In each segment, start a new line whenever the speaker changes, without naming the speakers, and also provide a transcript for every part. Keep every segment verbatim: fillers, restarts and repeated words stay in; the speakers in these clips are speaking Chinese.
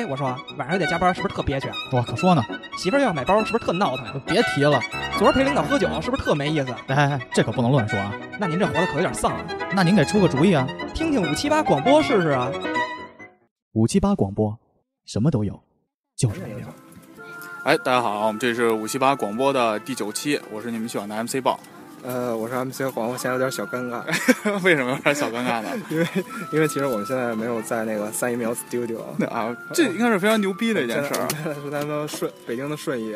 哎，我说晚上又得加班，是不是特憋屈？
我可说呢，
媳妇儿又要买包，是不是特闹腾呀？
别提了，
昨儿陪领导喝酒，是不是特没意思？
哎哎哎，这可不能乱说啊！
那您这活的可有点丧啊！
那您给出个主意啊！
听听五七八广播试试啊！
五七八广播，什么都有，就是没料。
哎，大家好，我们这是五七八广播的第九期，我是你们喜欢的 M C 豹。
呃，我是 M C 黄，我现在有点小尴尬。
为什么有点小尴尬呢？
因为因为其实我们现在没有在那个三一秒 Studio
啊，这应该是非常牛逼的一件事儿。
是咱们顺北京的顺义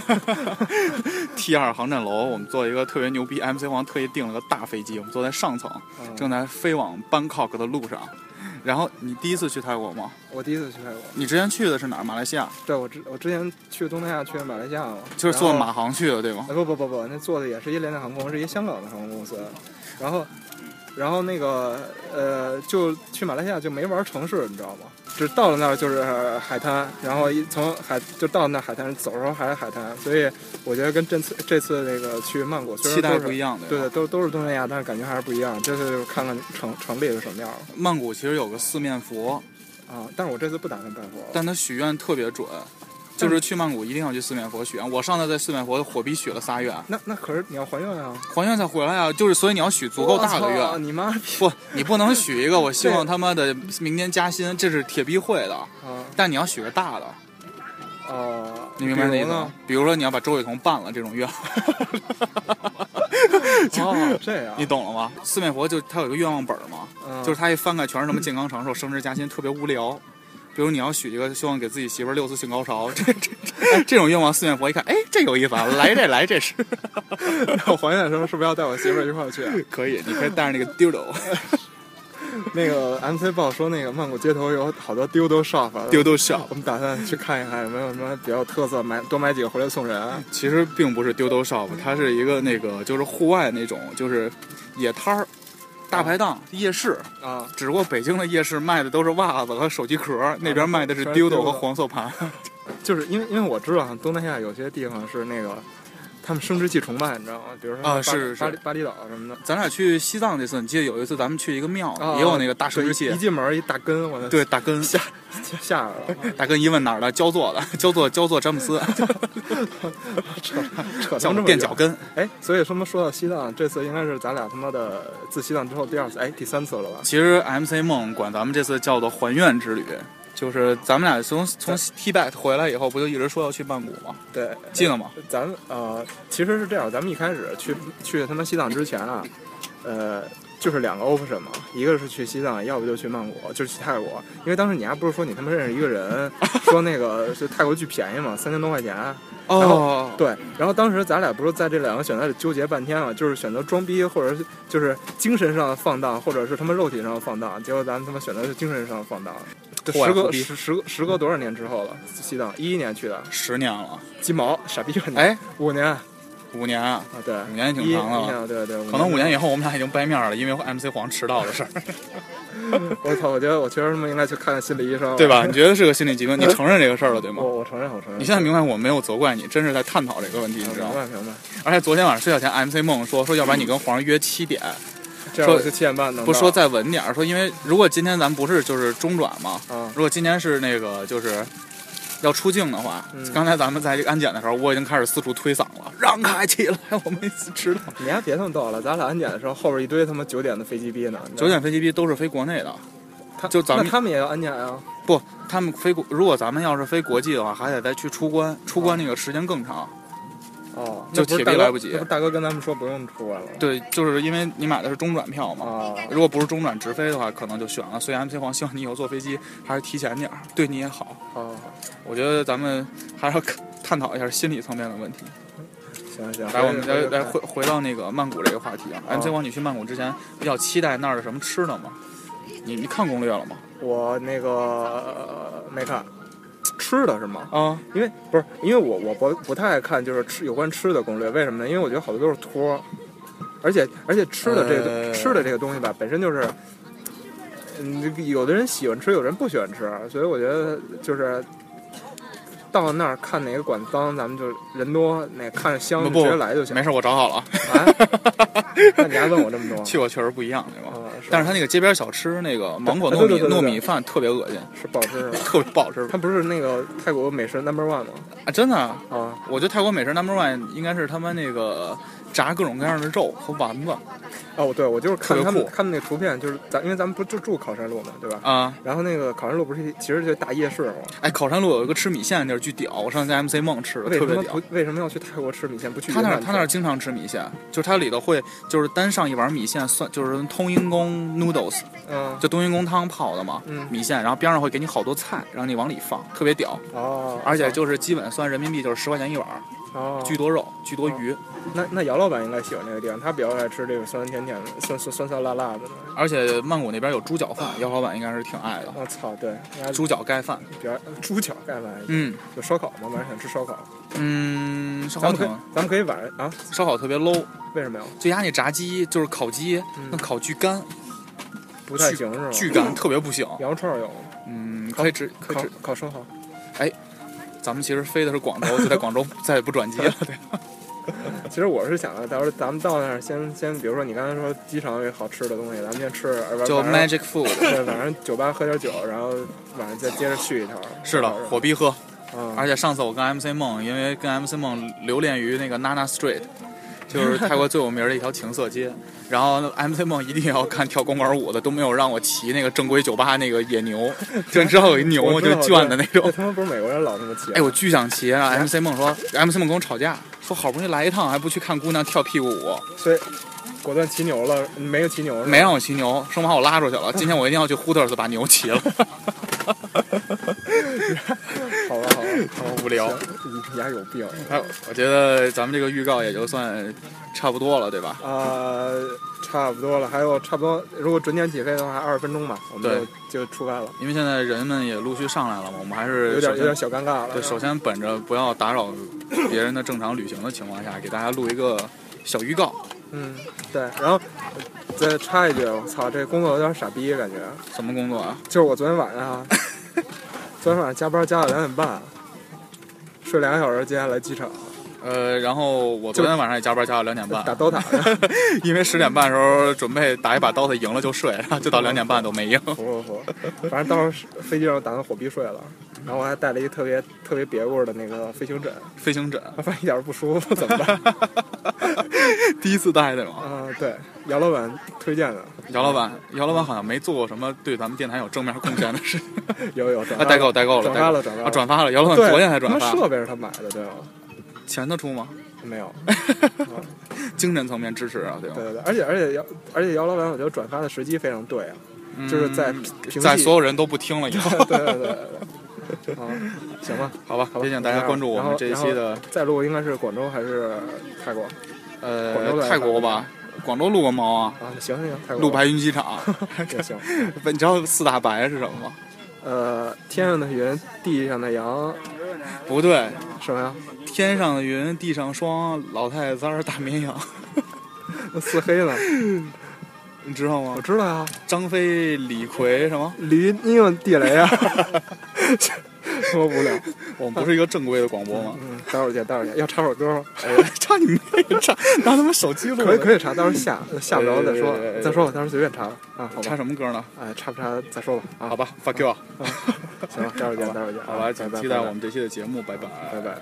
T 二航站楼，我们做一个特别牛逼 ，M C 黄特意订了个大飞机，我们坐在上层，嗯、正在飞往 Bangkok 的路上。然后你第一次去泰国吗？
我第一次去泰国。
你之前去的是哪儿？马来西亚？
对，我之我之前去东南亚，去马来西亚嘛，
就是坐马航去的，对吗？
不不不不，那坐的也是一联泰航空，是一香港的航空公司。然后，然后那个呃，就去马来西亚就没玩城市，你知道吗？只到了那儿就是海滩，然后一从海就到那海滩，走的时候还是海滩，所以我觉得跟这次这次那个去曼谷虽然
期待不一样的，
对对，都都是东南亚，但是感觉还是不一样。这次就看看城城里是什么样。
曼谷其实有个四面佛
啊，但是我这次不打算拜佛，
但他许愿特别准。就是去曼谷一定要去四面佛许愿，我上次在四面佛火逼许了仨愿。
那那可是你要还愿啊，
还愿才回来啊，就是所以你要许足够大的愿。
你妈
不，你不能许一个我希望他妈的明年加薪，这是铁逼会的。啊，但你要许个大的。
哦、呃，
你明白那意思吗？比如说你要把周伟彤办了这种愿。
哦，这样，
你懂了吗？四面佛就他有一个愿望本嘛，嗯、就是他一翻开全是什么健康长寿、升职加薪，特别无聊。比如你要许一个希望给自己媳妇儿六次性高潮，这这这这种愿望，四面佛一看，哎，这有意思啊，来这来这是。
我还愿的时候是不是要带我媳妇儿一块儿去、啊？
可以，你可以带着那个丢斗。
那个 M C 报说那个曼谷街头有好多丢斗 shop，
丢斗 shop，
我们打算去看一看有没有什么比较有特色，买多买几个回来送人。
其实并不是丢斗 shop， 它是一个那个就是户外那种就是野摊儿。大排档、夜市
啊，
只不过北京的夜市卖的都是袜子和手机壳，啊、那边卖的是丢斗和黄色盘。
就是因为因为我知道东南亚有些地方是那个他们生殖器崇拜，你知道吗？比如说
啊，是
巴厘巴厘岛什么的。
咱俩去西藏那次，你记得有一次咱们去一个庙，啊、也有那个大生殖器，
一进门一大根，我的
对大根
吓吓着了。
大根一问哪儿的？焦作的，焦作焦作詹姆斯，
扯扯
成这么垫脚跟。
哎，所以说嘛，说到西藏，这次应该是咱俩他妈的自西藏之后第二次，哎，第三次了吧？
其实 M C 梦管咱们这次叫做还愿之旅。就是咱们俩从从 Tibet 回来以后，不就一直说要去曼谷吗？
对，
记得吗？
咱们呃，其实是这样，咱们一开始去去他妈西藏之前啊，呃，就是两个 option 嘛，一个是去西藏，要不就去曼谷，就是去泰国。因为当时你还不是说你他妈认识一个人，说那个是泰国巨便宜嘛，三千多块钱。然后、
哦、
对，然后当时咱俩不是在这两个选择里纠结半天嘛，就是选择装逼，或者是就是精神上的放荡，或者是他妈肉体上的放荡。结果咱们他妈选择是精神上的放荡。时隔时时隔时隔多少年之后了？西藏一一年去的，
十年了，
鸡毛傻逼！
哎，
五年，
五年啊，
对，
五年也挺长
了。对对，
可能五年以后我们俩已经掰面了，因为 M C 黄迟到的事儿。
我操！我觉得我确实他妈应该去看看心理医生，
对吧？你觉得是个心理疾病？你承认这个事儿了，对吗？
我我承认，我承认。
你现在明白我没有责怪你，真是在探讨这个问题，你知道吗？
明白明白。
而且昨天晚上睡觉前 ，M C 梦说说，要不然你跟黄约七点。
这样是七点半能
不说再稳点，说因为如果今天咱们不是就是中转嘛，
嗯、
如果今天是那个就是要出境的话，
嗯、
刚才咱们在这个安检的时候，我已经开始四处推搡了，让开起来，我没迟到。
你还别这么逗了，咱俩安检的时候后边一堆他妈九点的飞机逼呢，
九点飞机逼都是飞国内的，
他
就咱们
那他们也要安检啊？
不，他们飞国，如果咱们要是飞国际的话，还得再去出关，出关那个时间更长。
哦，
就铁逼来不及。
那不大哥跟咱们说不用出关了。
对，就是因为你买的是中转票嘛。
哦、
如果不是中转直飞的话，可能就选了。所以 M C 黄希望你以后坐飞机还是提前点，对你也好。
哦，
我觉得咱们还是要探讨一下心理层面的问题。
行行，
来，我们来来回回到那个曼谷这个话题啊。
哦、
M C 黄，你去曼谷之前比较期待那儿的什么吃的吗？你你看攻略了吗？
我那个、呃、没看。吃的是吗？
啊，
因为不是，因为我我不不太爱看就是吃有关吃的攻略，为什么呢？因为我觉得好多都是托，而且而且吃的这个、呃、吃的这个东西吧，本身就是，嗯，有的人喜欢吃，有人不喜欢吃，所以我觉得就是到那儿看哪个馆子脏，咱们就人多，那看着香就直接来就行。
没事，我找好了。
啊？那你还问我这么多？
去过确实不一样，对吧？
啊， 是
但是他那个街边小吃那个芒果糯米
对对对对对
糯米饭特别恶心，
是不好吃是吧？
特别不好吃。
它不是那个泰国美食 number one 吗？
啊，真的啊！
啊，
我觉得泰国美食 number one 应该是他们那个炸各种各样的肉和丸子。
哦，对，我就是看他
特别酷
们他们那个图片，就是咱因为咱们不就住考山路嘛，对吧？
啊，
然后那个考山路不是其实就是大夜市吗？
哎，考山路有一个吃米线的地儿巨屌，我上次在 M C 梦吃的，特别屌
为什么不。为什么要去泰国吃米线，不去
他那儿
云南吃？
他那儿经常吃米线，就是它里头会就是单上一碗米线，算就是冬阴功 noodles，
嗯，
就冬阴功汤泡的嘛，
嗯
米线，然后边上会给你好多菜，让你往里放，特别屌。
哦，
而且就是基本算人民币就是十块钱一碗，
哦，
巨多肉，巨多鱼。
那那姚老板应该喜欢这个地方，他比较爱吃这个酸酸甜甜的、酸酸酸酸辣辣的。
而且曼谷那边有猪脚饭，姚老板应该是挺爱的。
我操，对，
猪脚盖饭，
比较猪脚盖饭，
嗯，
就烧烤嘛，晚上想吃烧烤。
嗯，烧烤挺，
咱们可以咱们可以晚上啊？
烧烤特别 low，
为什么呀？
就压那炸鸡就是烤鸡，
嗯
那烤巨干，
不太行是吗？
巨干，特别不行。
羊肉串有，
嗯，可以吃，可以
烤
吃。
烤生蚝。
咱们其实飞的是广州，就在广州再也不转机了，对。
其实我是想的，到时候咱们到那儿先先，比如说你刚才说机场有好吃的东西，咱们先吃，
就
晚上
Magic Food，
对，晚上酒吧喝点酒，然后晚上再接着去一趟。
是的，火逼喝。
嗯，
而且上次我跟 M C 梦，因为跟 M C 梦留恋于那个 Nana Street， 就是泰国最有名的一条情色街。然后 M C 梦一定要看跳公馆舞的，都没有让我骑那个正规酒吧那个野牛，就你知道有一牛就圈的那种。
他们不是美国人老那么骑？
哎，我巨想骑啊 ！M C 梦说 ，M C 梦跟我吵架，说好不容易来一趟，还不去看姑娘跳屁股舞，
所以果断骑牛了，没有骑牛，
没让我骑牛，生把我拉出去了。今天我一定要去 Hooters 把牛骑了。
好吧，好吧，
好无聊，
你丫有病。
哎，我觉得咱们这个预告也就算差不多了，对吧？
呃，差不多了，还有差不多，如果准点起飞的话，二十分钟吧，我们就就出发了。
因为现在人们也陆续上来了嘛，我们还是
有点有点小尴尬了。
对，首先本着不要打扰别人的正常旅行的情况下，给大家录一个小预告。
嗯，对，然后再插一句，我操，这工作有点傻逼，感觉。
什么工作啊？
就是我昨天晚上，昨天晚上加班加到两点半，睡两个小时，接下来机场。
呃，然后我昨天晚上也加班加到两点半，
打刀塔，
因为十点半的时候准备打一把刀塔赢了就睡，然后就到两点半都没赢。
服不服？反正到时候飞机上打算火逼睡了，然后我还带了一个特别特别别味的那个飞行枕。
飞行枕，
我发现一点不舒服，怎么办？
第一次带的吗？
啊、呃，对，姚老板推荐的。
姚老板，姚老板好像没做过什么对咱们电台有正面贡献的事。
有有，
啊，代购代购了，
转发了，转发了，
啊，转发了。姚老板昨天才转发。
设备是他买的，对吗？
钱他出吗？
没有。
精神层面支持啊，对吧？
对对对，而且而且姚而且姚老板，我觉得转发的时机非常对啊，
嗯、
就是在
在所有人都不听了以后。
对对对对。啊，行吧，
好吧，提醒大家关注我们这一期的。
再录应该是广州还是泰国？
呃，泰国吧。广州录个毛啊！
啊，行行行，泰国
录白云机场
也行。
你知道四大白是什么吗？
呃，天上的云，地上的羊。
不对，
什么呀？
天上的云，地上霜，老太三儿大绵羊。
那四黑呢？
你知道吗？
我知道啊。
张飞、李逵什么？
李应地雷啊！多无聊！
我们不是一个正规的广播吗？
嗯，待会儿见，待会儿见。要插首歌吗？
哎，插你妹！插拿他妈手机录。
可以可以插，到时候下下不着再说，再说吧，到时候随便插吧。啊，好吧。
插什么歌呢？
哎，插不插再说吧。啊，
好吧 ，fuck you。
行了，待会儿见，待会儿见。
好吧，请期待我们这期的节目，拜拜，
拜拜。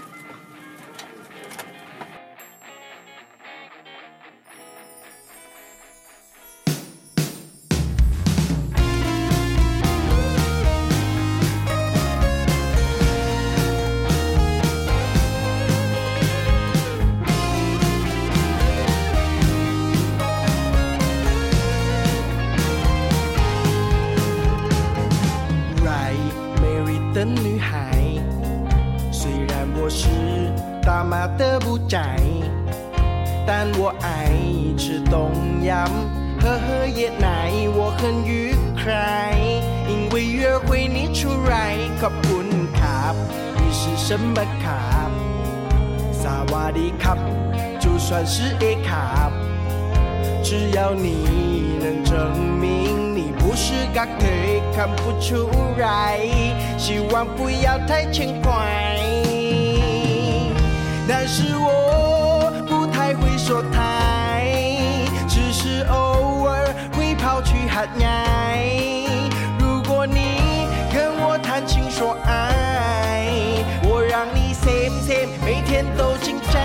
女孩，虽然我是大马的不宅，但我爱吃冬阴，喝喝椰奶，我很愉快。因为约会你出来，ขอบคุณครับ，你是什么ครับ萨瓦迪卡，就算是 A 卡，只要你能证明你不是个腿，看不出来，希望不要太轻快。但是我不太会说台，只是偶尔会跑หัดไง如果你跟我谈情说爱我让你 same same 每天都精彩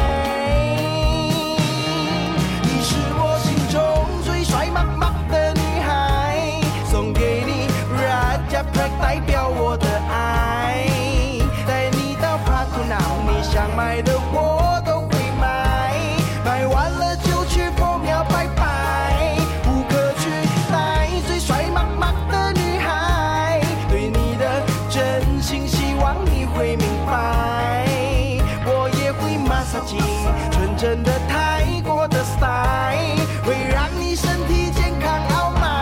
你是我心中最帅妈妈的女孩送给你 Raja Park 代表我的爱带你到 Park 那你想买的我都会买买完了就去佛庙拜拜不可取代最帅妈妈的女孩对你的真心希望你会明白我也会马杀鸡纯正的泰国的 style 会让你身体健康傲慢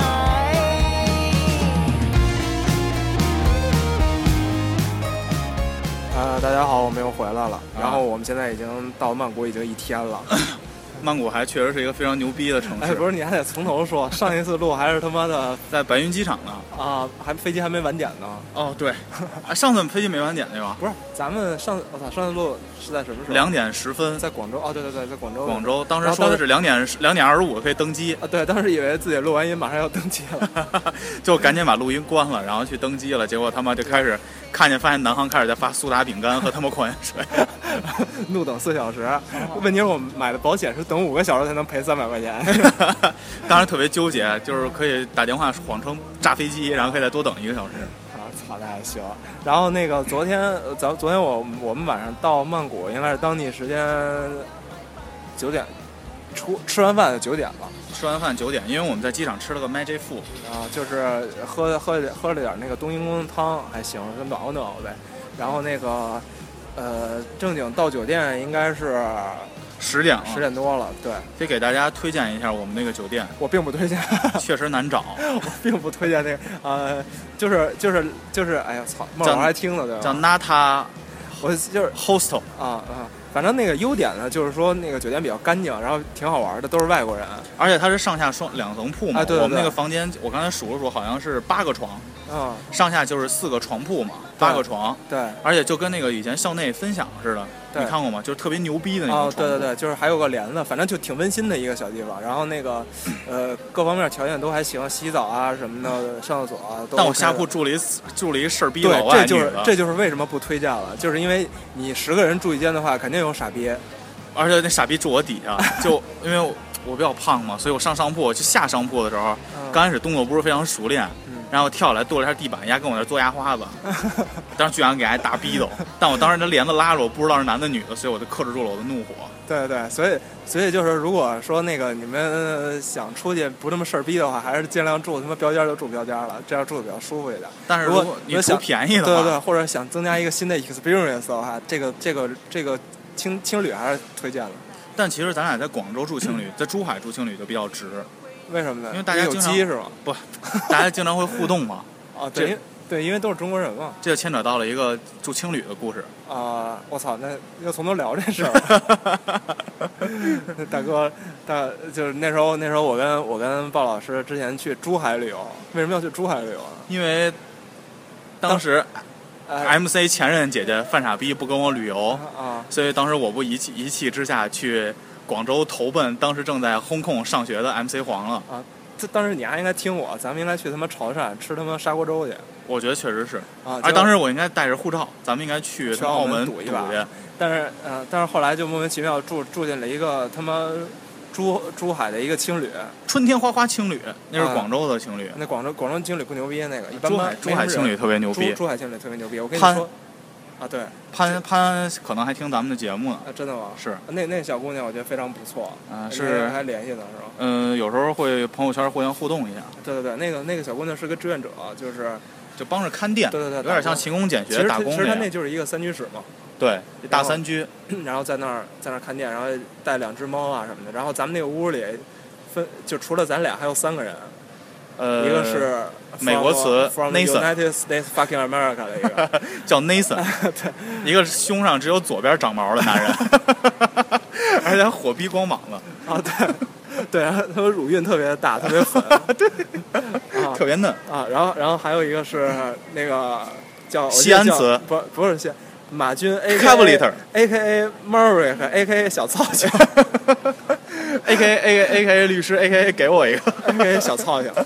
呃，大家好，我们又回来了。然后我们现在已经到曼谷已经一天了。
曼谷还确实是一个非常牛逼的城市。
哎，不是，你还得从头说。上一次录还是他妈的
在白云机场呢。
啊，还飞机还没晚点呢。
哦，对，啊，上次飞机没晚点对吧？
不是，咱们上我操，上次录是在什么时候？
两点十分，
在广州。哦，对对对，在广州。
广州，当时说的是两点两点二十五可以登机。
啊，对，当时以为自己录完音马上要登机了，
就赶紧把录音关了，然后去登机了。结果他妈就开始看见发现南航开始在发苏打饼干和他妈矿泉水，
怒等四小时。问题是我们买的保险是等五个小时才能赔三百块钱。
当时特别纠结，就是可以打电话谎称炸飞机，然后可以再多等一个小时。
啊，操，那还行。然后那个昨天，咱昨天我我们晚上到曼谷，应该是当地时间九点，出吃完饭就九点了。
吃完饭九点，因为我们在机场吃了个 Magic Food
啊，就是喝喝喝了点那个冬阴功汤，还行，就暖和暖和呗。然后那个呃，正经到酒店应该是
十点了，
十点多了。对，
得给大家推荐一下我们那个酒店。
我并不推荐，
确实难找。
我并不推荐那个，呃，就是就是就是，哎呀操，孟老师还听了对吧？
叫 Nata，
我就是
Hostel
啊啊。反正那个优点呢，就是说那个酒店比较干净，然后挺好玩的，都是外国人，
而且它是上下双两层铺嘛。
啊、对, 对, 对，
我们那个房间我刚才数了数，好像是八个床，
啊、嗯，
上下就是四个床铺嘛，八个床，
对，
而且就跟那个以前校内分享似的，你看过吗？就是特别牛逼的那种床铺。
哦，对对对，就是还有个帘子，反正就挺温馨的一个小地方。然后那个，呃，各方面条件都还行，洗澡啊什么的，上厕所啊都、OK。
但我下铺住了一住了一事儿逼老外，
对，这就是这就是为什么不推荐了，就是因为你十个人住一间的话，肯定有傻逼。
而且那傻逼住我底下，就因为我我比较胖嘛，所以我上上铺，就下上铺的时候，
嗯、
刚开始动作不是非常熟练，
嗯、
然后跳下来跺了一下地板，丫跟我那做牙花子，当时居然给人大逼斗，但我当时那帘子拉着，我不知道是男的女的，所以我就克制住了我的怒火。
对对，所以所以就是如果说那个你们想出去不那么事儿逼的话，还是尽量住他妈标间就住标间了，这样住的比较舒服一点。
但是如果你图便宜的话，
对对对，或者想增加一个新的 experience 的话，这个这个这个青青旅还是推荐的。
但其实咱俩在广州住青旅，在珠海住青旅就比较值。
为什么呢？
因为大家
有机是吗？
不，大家经常会互动嘛。
啊，对对，因为都是中国人嘛。
这就牵扯到了一个住青旅的故事。
啊、呃，我操，那要从头聊这事儿。大哥，大就是那时候那时候我跟我跟鲍老师之前去珠海旅游，为什么要去珠海旅游呢？
因为当时。M C 前任姐姐犯傻逼不跟我旅游
啊，
所以当时我不一气一气之下去广州投奔当时正在烘控上学的 M C 黄了
啊。这当时你还应该听我，咱们应该去他妈潮汕吃他妈砂锅粥去。
我觉得确实是
啊，
而当时我应该带着护照，咱们应该去澳门
赌一把
去。
但是呃，但是后来就莫名其妙住住进了一个他妈。珠珠海的一个青旅，
春天花花青旅，那是广州的青旅。
啊、那广州广州青旅不牛逼，那个一般般。
珠海珠海青旅特别牛逼，
珠海青旅特别牛逼。我跟你说，啊对，
潘潘可能还听咱们的节目呢。
啊，真的吗？
是。
那那小姑娘我觉得非常不错。
啊，是
还联系呢是吧？
嗯、呃，有时候会朋友圈互相互动一下。
对对对，那个那个小姑娘是个志愿者，就是
就帮着看店。
对对对，
有点像勤工俭学打工。
其实她那就是一个三居室嘛。
对，大三居，
然后在那儿在那儿看店，然后带两只猫啊什么的。然后咱们那个屋里分就除了咱俩还有三个人，
呃，
一个是
美国词
from
Nathan
United States fucking America 的一个
叫 Nathan，
对，
一个胸上只有左边长毛的男人，而且火逼光膀子
啊，对。对，然后他们乳晕特别大，特别粉，
对，
啊，
特别嫩
啊。然后，然后还有一个是那个叫
西安词，
不不是西马军 A
K
A A Murray 和 A K A 小操性
，A K A A K A 律师 A K A 给我一个
A K A 小操性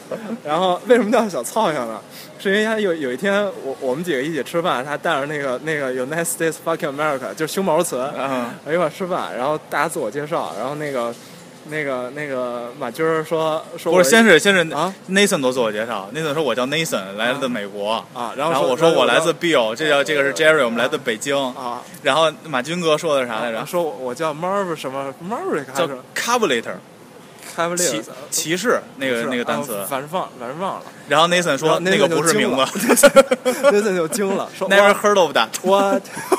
然后为什么叫小操性呢？是因为他有有一天我我们几个一起吃饭，他带着那个那个 United States fucking America 就是胸毛词，
嗯，
一块吃饭，然后大家自我介绍，然后那个那个那个马军说说
不是先是先是
啊
Nathan 都自我介绍 ，Nathan 说我叫 Nathan， 来自美国
啊，然后
然后我说我来自 Bill， 这叫这个是 Jerry， 我们来自北京
啊，
然后马军哥说的是啥来着？
说我叫 Marv 什么 Marv
叫 Cavalier。
骑
骑士那个那个单词，
反正忘反正忘了。
然后 Nathan 说那个不是名字
，Nathan 就惊了，说
Never heard of that。
What？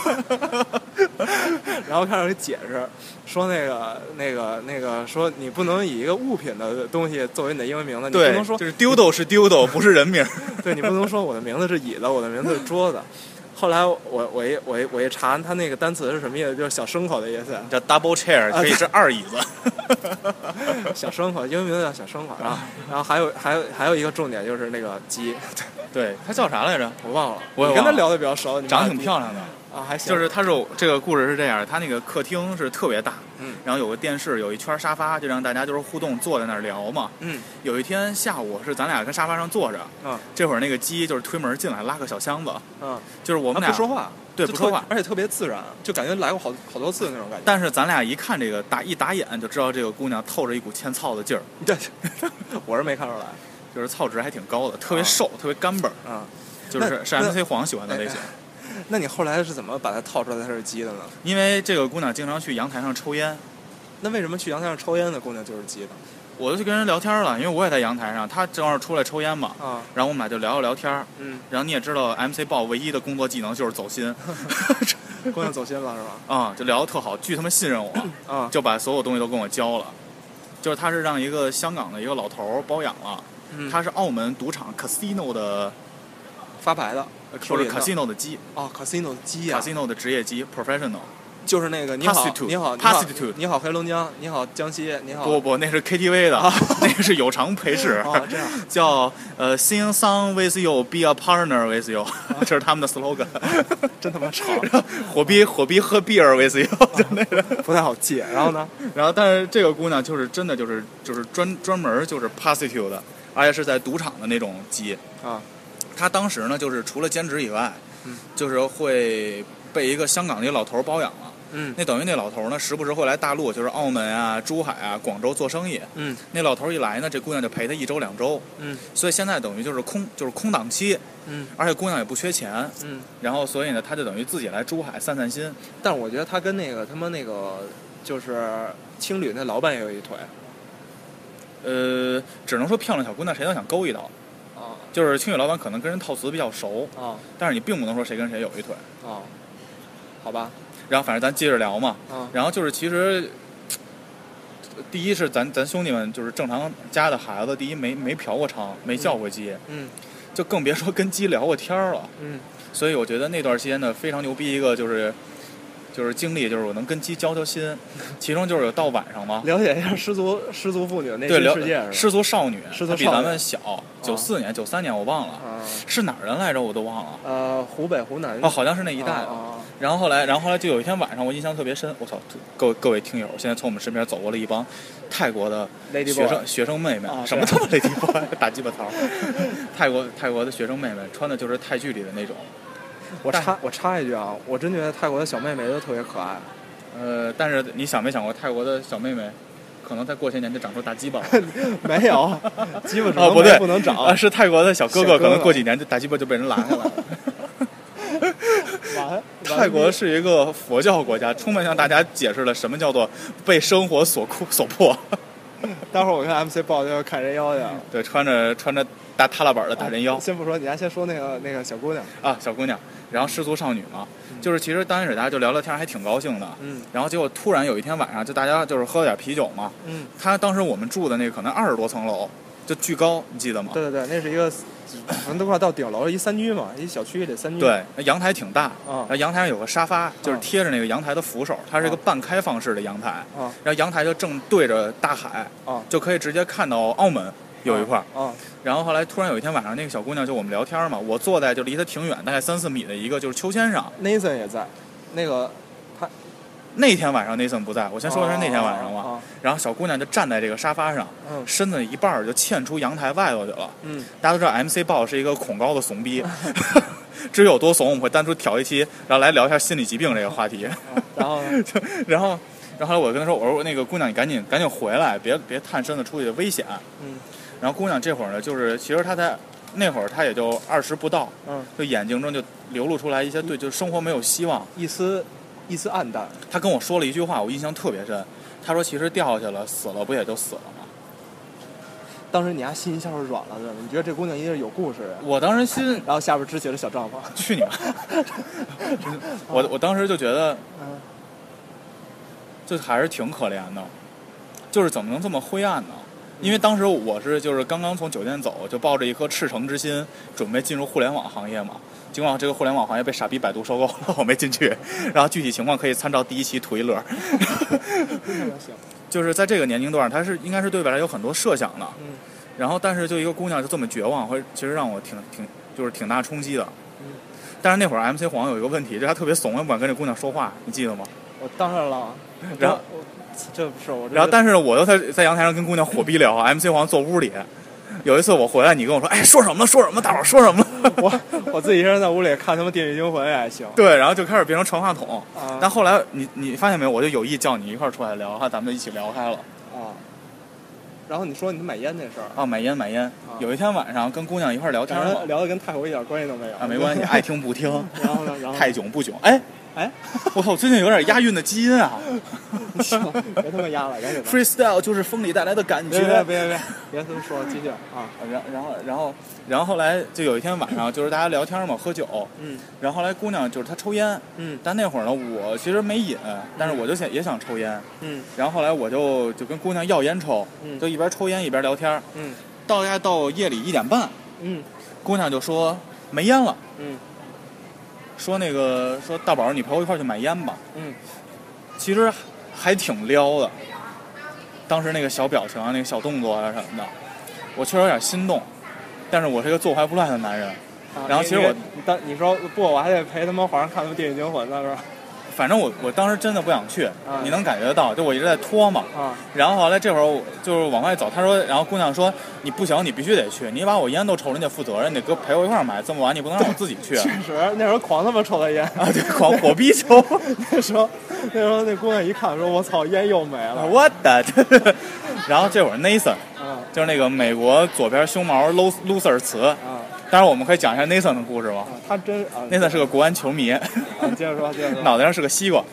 然后开始解释，说那个那个那个说你不能以一个物品的东西作为你的英文名字，你不能说
就是 Dildo 是 Dildo， 不是人名。
对，你不能说我的名字是椅子，我的名字是桌子。后来我我一我一我一查，他那个单词是什么意思？就是小牲口的意思，
叫 double chair， 可以是二椅子。
小牲口，英文名字叫小牲口啊。然后还有还有还有一个重点就是那个鸡，
对，它叫啥来着？
我忘了。
我
你跟他聊的比较熟，
长得挺漂亮的
啊，还行。
就是他是这个故事是这样，他那个客厅是特别大，
嗯，
然后有个电视，有一圈沙发，就让大家就是互动，坐在那儿聊嘛，
嗯。
有一天下午是咱俩跟沙发上坐着，
嗯，
这会儿那个鸡就是推门进来，拉个小箱子，
嗯，
就是我们俩
不说话。
对，不说话，
而且特别自然，就感觉来过好好多次那种感觉。
但是咱俩一看这个打一打眼就知道这个姑娘透着一股欠操的劲儿。
对，我是没看出来，
就是操值还挺高的，特别瘦，啊、特别干巴儿
啊，
就是是 M C 黄喜欢的类型。
那你后来是怎么把它套出来它是鸡的呢？
因为这个姑娘经常去阳台上抽烟。
那为什么去阳台上抽烟的姑娘就是鸡的？
我就去跟人聊天了，因为我也在阳台上，他正好出来抽烟嘛，
啊，
然后我们俩就聊了聊天，
嗯，
然后你也知道 M C 报唯一的工作技能就是走心，
姑娘走心了是吧？
啊、嗯，就聊得特好，巨他妈信任我，
啊，
就把所有东西都跟我教了，就是他是让一个香港的一个老头包养了，
嗯，
他是澳门赌场 casino 的
发牌的，
不是 casino 的鸡，
哦 casino 的鸡啊
，casino 的职业鸡 professional。
就是那个你好，你好，你好，你好，黑龙江，你好，江西，你好。
不不，那是 K T V 的，啊、那个是有偿陪侍。
哦，这样。
叫呃 ，Sing song with you, be a partner with you，、啊、这是他们的 slogan。
真他妈长。
火逼火逼喝 beer with you，、啊、就那个
不太好记。然后呢？
然后但是这个姑娘就是真的就是就是专专门就是 prostitute 的，而且是在赌场的那种鸡
啊。
她当时呢就是除了兼职以外，
嗯，
就是会被一个香港的一个老头包养了。
嗯，
那等于那老头呢，时不时会来大陆，就是澳门啊、珠海啊、广州做生意。
嗯，
那老头一来呢，这姑娘就陪他一周两周。
嗯，
所以现在等于就是空，就是空档期。
嗯，
而且姑娘也不缺钱。
嗯，
然后所以呢，他就等于自己来珠海散散心。
但是我觉得他跟那个他们那个就是青旅那老板也有一腿。
呃，只能说漂亮小姑娘谁都想勾一刀。
啊，
就是青旅老板可能跟人套词比较熟。
啊，
但是你并不能说谁跟谁有一腿。
啊，好吧。
然后反正咱接着聊嘛，
嗯、
然后就是其实，第一是咱咱兄弟们就是正常家的孩子，第一没没嫖过娼，没叫过鸡，
嗯，
就更别说跟鸡聊过天了，
嗯，
所以我觉得那段时间呢非常牛逼一个就是就是经历，就是我能跟鸡交交心，其中就是有到晚上嘛，
了解一下失足失足妇女内
心
世界是吧？
失足少女，
失足
比咱们小，九四年九三年我忘了，
啊，
是哪儿人来着我都忘了，
呃，湖北湖南
哦，好像是那一带的。
啊啊
然后后来，然后后来就有一天晚上，我印象特别深。我操，各位各位听友，现在从我们身边走过了一帮泰国的学生学生妹妹，
啊、
什么他妈 Lady Boy 打鸡巴槽，泰国泰国的学生妹妹穿的就是泰剧里的那种。
我插我插一句啊，我真觉得泰国的小妹妹都特别可爱。
呃，但是你想没想过，泰国的小妹妹可能再过些年就长出大鸡巴了？
没有，鸡巴
哦不对，
不能长
啊，是泰国的小哥哥，
哥哥
可能过几年就大鸡巴就被人拉下来了。泰国是一个佛教国家，充分向大家解释了什么叫做被生活所苦所迫。
待会儿我看 M C 报就要看人妖去了。
对，穿着穿着大踏拉板的大人妖。
啊、先不说，你还先说那个那个小姑娘
啊，小姑娘，然后失足少女嘛，嗯、就是其实刚开始大家就聊聊天，还挺高兴的。
嗯。然
后结果突然有一天晚上，就大家就是喝点啤酒嘛。
嗯。
他当时我们住的那个可能二十多层楼，就巨高，你记得吗？
对对对，那是一个。我们都快到顶楼，一三居嘛，一小区里三居。
对，阳台挺大，
啊，
然后阳台上有个沙发，就是贴着那个阳台的扶手，它是一个半开放式的阳台，
啊，
然后阳台就正对着大海，
啊，
就可以直接看到澳门有一块，
啊，
然后后来突然有一天晚上，那个小姑娘就我们聊天嘛，我坐在就离她挺远，大概三四米的一个就是秋千上
，Nathan 也在，那个他
那天晚上 Nathan 不在，我先说的是那天晚上嘛。
啊啊、
然后小姑娘就站在这个沙发上，
嗯、
身子一半就嵌出阳台外头去了。
嗯，
大家都知道 M C 豹是一个恐高的怂逼，至于有多怂，我们会单独挑一期，然后来聊一下心理疾病这个话题。
啊、然后呢？
然后，然后后来我跟她说，我说那个姑娘你赶紧赶紧回来，别别探身子出去危险。
嗯。
然后姑娘这会儿呢，就是其实她在那会儿她也就二十不到，
嗯，
就眼睛中就流露出来一些对，就是生活没有希望，
一丝一丝暗淡。
她跟我说了一句话，我印象特别深。她说：“其实掉下去了，死了不也就死了吗？”
当时你还心一下就软了，对吧？你觉得这姑娘一定是有故事的。
我当时心，
然后下边支起了小帐篷。
去你妈！我我当时就觉得，
嗯，
就还是挺可怜的，就是怎么能这么灰暗呢？因为当时我是就是刚刚从酒店走，就抱着一颗赤诚之心，准备进入互联网行业嘛。尽管这个互联网行业被傻逼百度收购了，我没进去。然后具体情况可以参照第一期图一乐。就是在这个年龄段，他是应该是对未来有很多设想的。
嗯。
然后，但是就一个姑娘就这么绝望，会其实让我挺挺就是挺大冲击的。
嗯。
但是那会儿 M C 黄有一个问题，就是他特别怂，也不敢跟这姑娘说话，你记得吗？
我当然了。
然后。
这不是我，
然后但是我又在在阳台上跟姑娘火逼聊 ，M C 黄坐屋里。有一次我回来，你跟我说：“哎，说什么了？说什么？大伙说什么了？”
我我自己一个人在屋里看他们《电锯惊魂》也还行。
对，然后就开始变成传话筒。
啊、
但后来你你发现没有，我就有意叫你一块儿出来聊，哈，咱们就一起聊开了。
啊。然后你说你买烟那事儿
啊，买烟买烟、啊。有一天晚上跟姑娘一块儿聊天嘛，
聊的跟太火一点关系都没有。
啊，没关系，爱听不听。
然后呢？然后
太囧不囧？哎。
哎，
我操！最近有点押韵的基因啊！
别他妈押了，赶紧。
Freestyle 就是风里带来的感觉。
别别别别别这么说，继续啊！
然然后然后然后后来就有一天晚上，就是大家聊天嘛，喝酒。
嗯。
然后后来姑娘就是她抽烟。
嗯。
但那会儿呢，我其实没瘾，但是我就想也想抽烟。
嗯。
然后后来我就就跟姑娘要烟抽，
嗯，
就一边抽烟一边聊天。
嗯。
到家到夜里一点半。
嗯。
姑娘就说没烟了。
嗯。
说那个说大宝，你陪我一块去买烟吧。
嗯，
其实还挺撩的。当时那个小表情啊，那个小动作啊什么的，我确实有点心动。但是我是一个坐怀不乱的男人。
啊、
然后其实我，
你当你说不，我还得陪他们皇上看他们《电锯惊魂》呢，是吧？
反正我我当时真的不想去，
啊、
你能感觉得到，就我一直在拖嘛。
啊。
然后后来这会儿我就是往外走，他说，然后姑娘说你不行，你必须得去，你把我烟都抽了，你得负责任，你得哥陪我一块儿买，这么晚你不能让我自己去。
确实，那时候狂他妈抽他烟
啊，对，狂火逼抽。
那时候那时候那姑娘一看说，我操，烟又没了。
我的。然后这会儿 Nathan，、
啊、
就是那个美国左边胸毛 loser 词。
啊。
当然，我们可以讲一下 Nathan 的故事吗？
啊、他真啊
，Nathan 是个国安球迷。
啊，接着说，接着说。
脑袋上是个西瓜。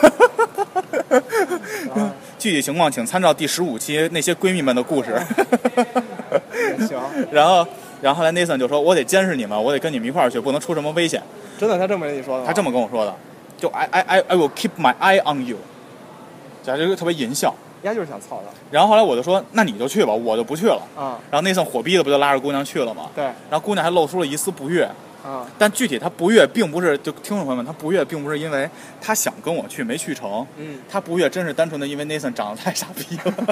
啊、
具体情况请参照第十五期那些闺蜜们的故事。
行。
然后，然后后来 Nathan 就说：“我得监视你们，我得跟你们一块儿去，不能出什么危险。”
真的，他这么跟你说的？
他这么跟我说的，就 I I I I will keep my eye on you。讲这个特别淫笑。
丫就是想操他。
然后后来我就说，那你就去吧，我就不去了。
啊。
然后那次火逼的不就拉着姑娘去了吗？
对。
然后姑娘还露出了一丝不悦。
啊。
但具体她不悦，并不是就听众朋友们，她不悦并不是因为她想跟我去没去成。
嗯。
她不悦真是单纯的因为 Nathan 长得太傻逼了。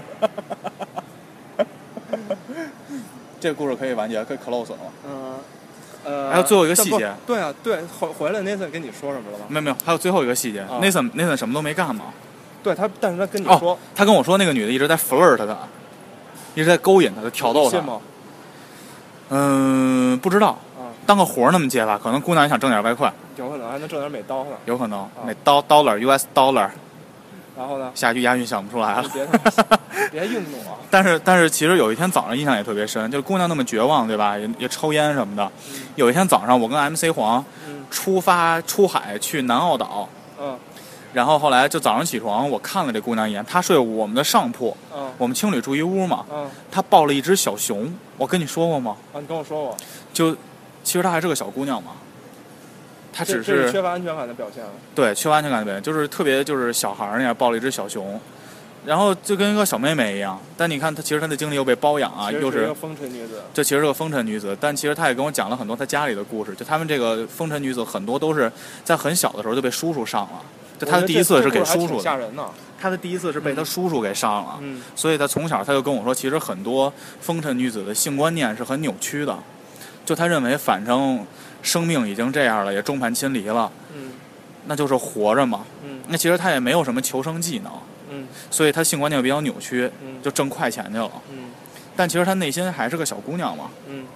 这个故事可以完结，可以 close 了吗？
嗯。呃。
还有最后一个细节。
对啊，对，回回来 Nathan 跟你说什么了吗？
没有没有，还有最后一个细节。
啊、
Nathan Nathan 什么都没干嘛。
对他，但是他跟你说、
哦，他跟我说那个女的一直在 flirt 他，一直在勾引他，就挑逗他。
信吗？
嗯，不知道。
啊，
当个活那么接吧，可能姑娘也想挣点外快。
有可能还能挣点美刀呢。
有可能，
啊、
美刀 dollar U S dollar。
然后呢？
下一句押韵想不出来了。
别别硬弄啊！
但是但是，其实有一天早上印象也特别深，就是姑娘那么绝望，对吧？也也抽烟什么的。
嗯、
有一天早上，我跟 M C 黄、
嗯、
出发出海去南澳岛。
嗯。
然后后来就早上起床，我看了这姑娘一眼，她睡我们的上铺，
嗯，
我们青旅住一屋嘛，
嗯，
她抱了一只小熊，我跟你说过吗？
啊，你跟我说过。
就，其实她还是个小姑娘嘛，她只是,
是缺乏安全感的表现。
对，缺乏安全感的表现，就是特别就是小孩那样抱了一只小熊，然后就跟一个小妹妹一样。但你看她，其实她的经历又被包养啊，又
是一个风尘女子。
这其实是个风尘女子，但其实她也跟我讲了很多她家里的故事。就他们这个风尘女子很多都是在很小的时候就被叔叔上了。就他的第一次是给叔叔的，
吓人呢。
他的第一次是被他叔叔给上了，
嗯，
所以他从小他就跟我说，其实很多风尘女子的性观念是很扭曲的，就他认为反正生命已经这样了，也众叛亲离了，
嗯，
那就是活着嘛。
嗯，
那其实他也没有什么求生技能，
嗯，
所以他性观念比较扭曲，
嗯，
就挣快钱去了。
嗯，
但其实他内心还是个小姑娘嘛。
嗯。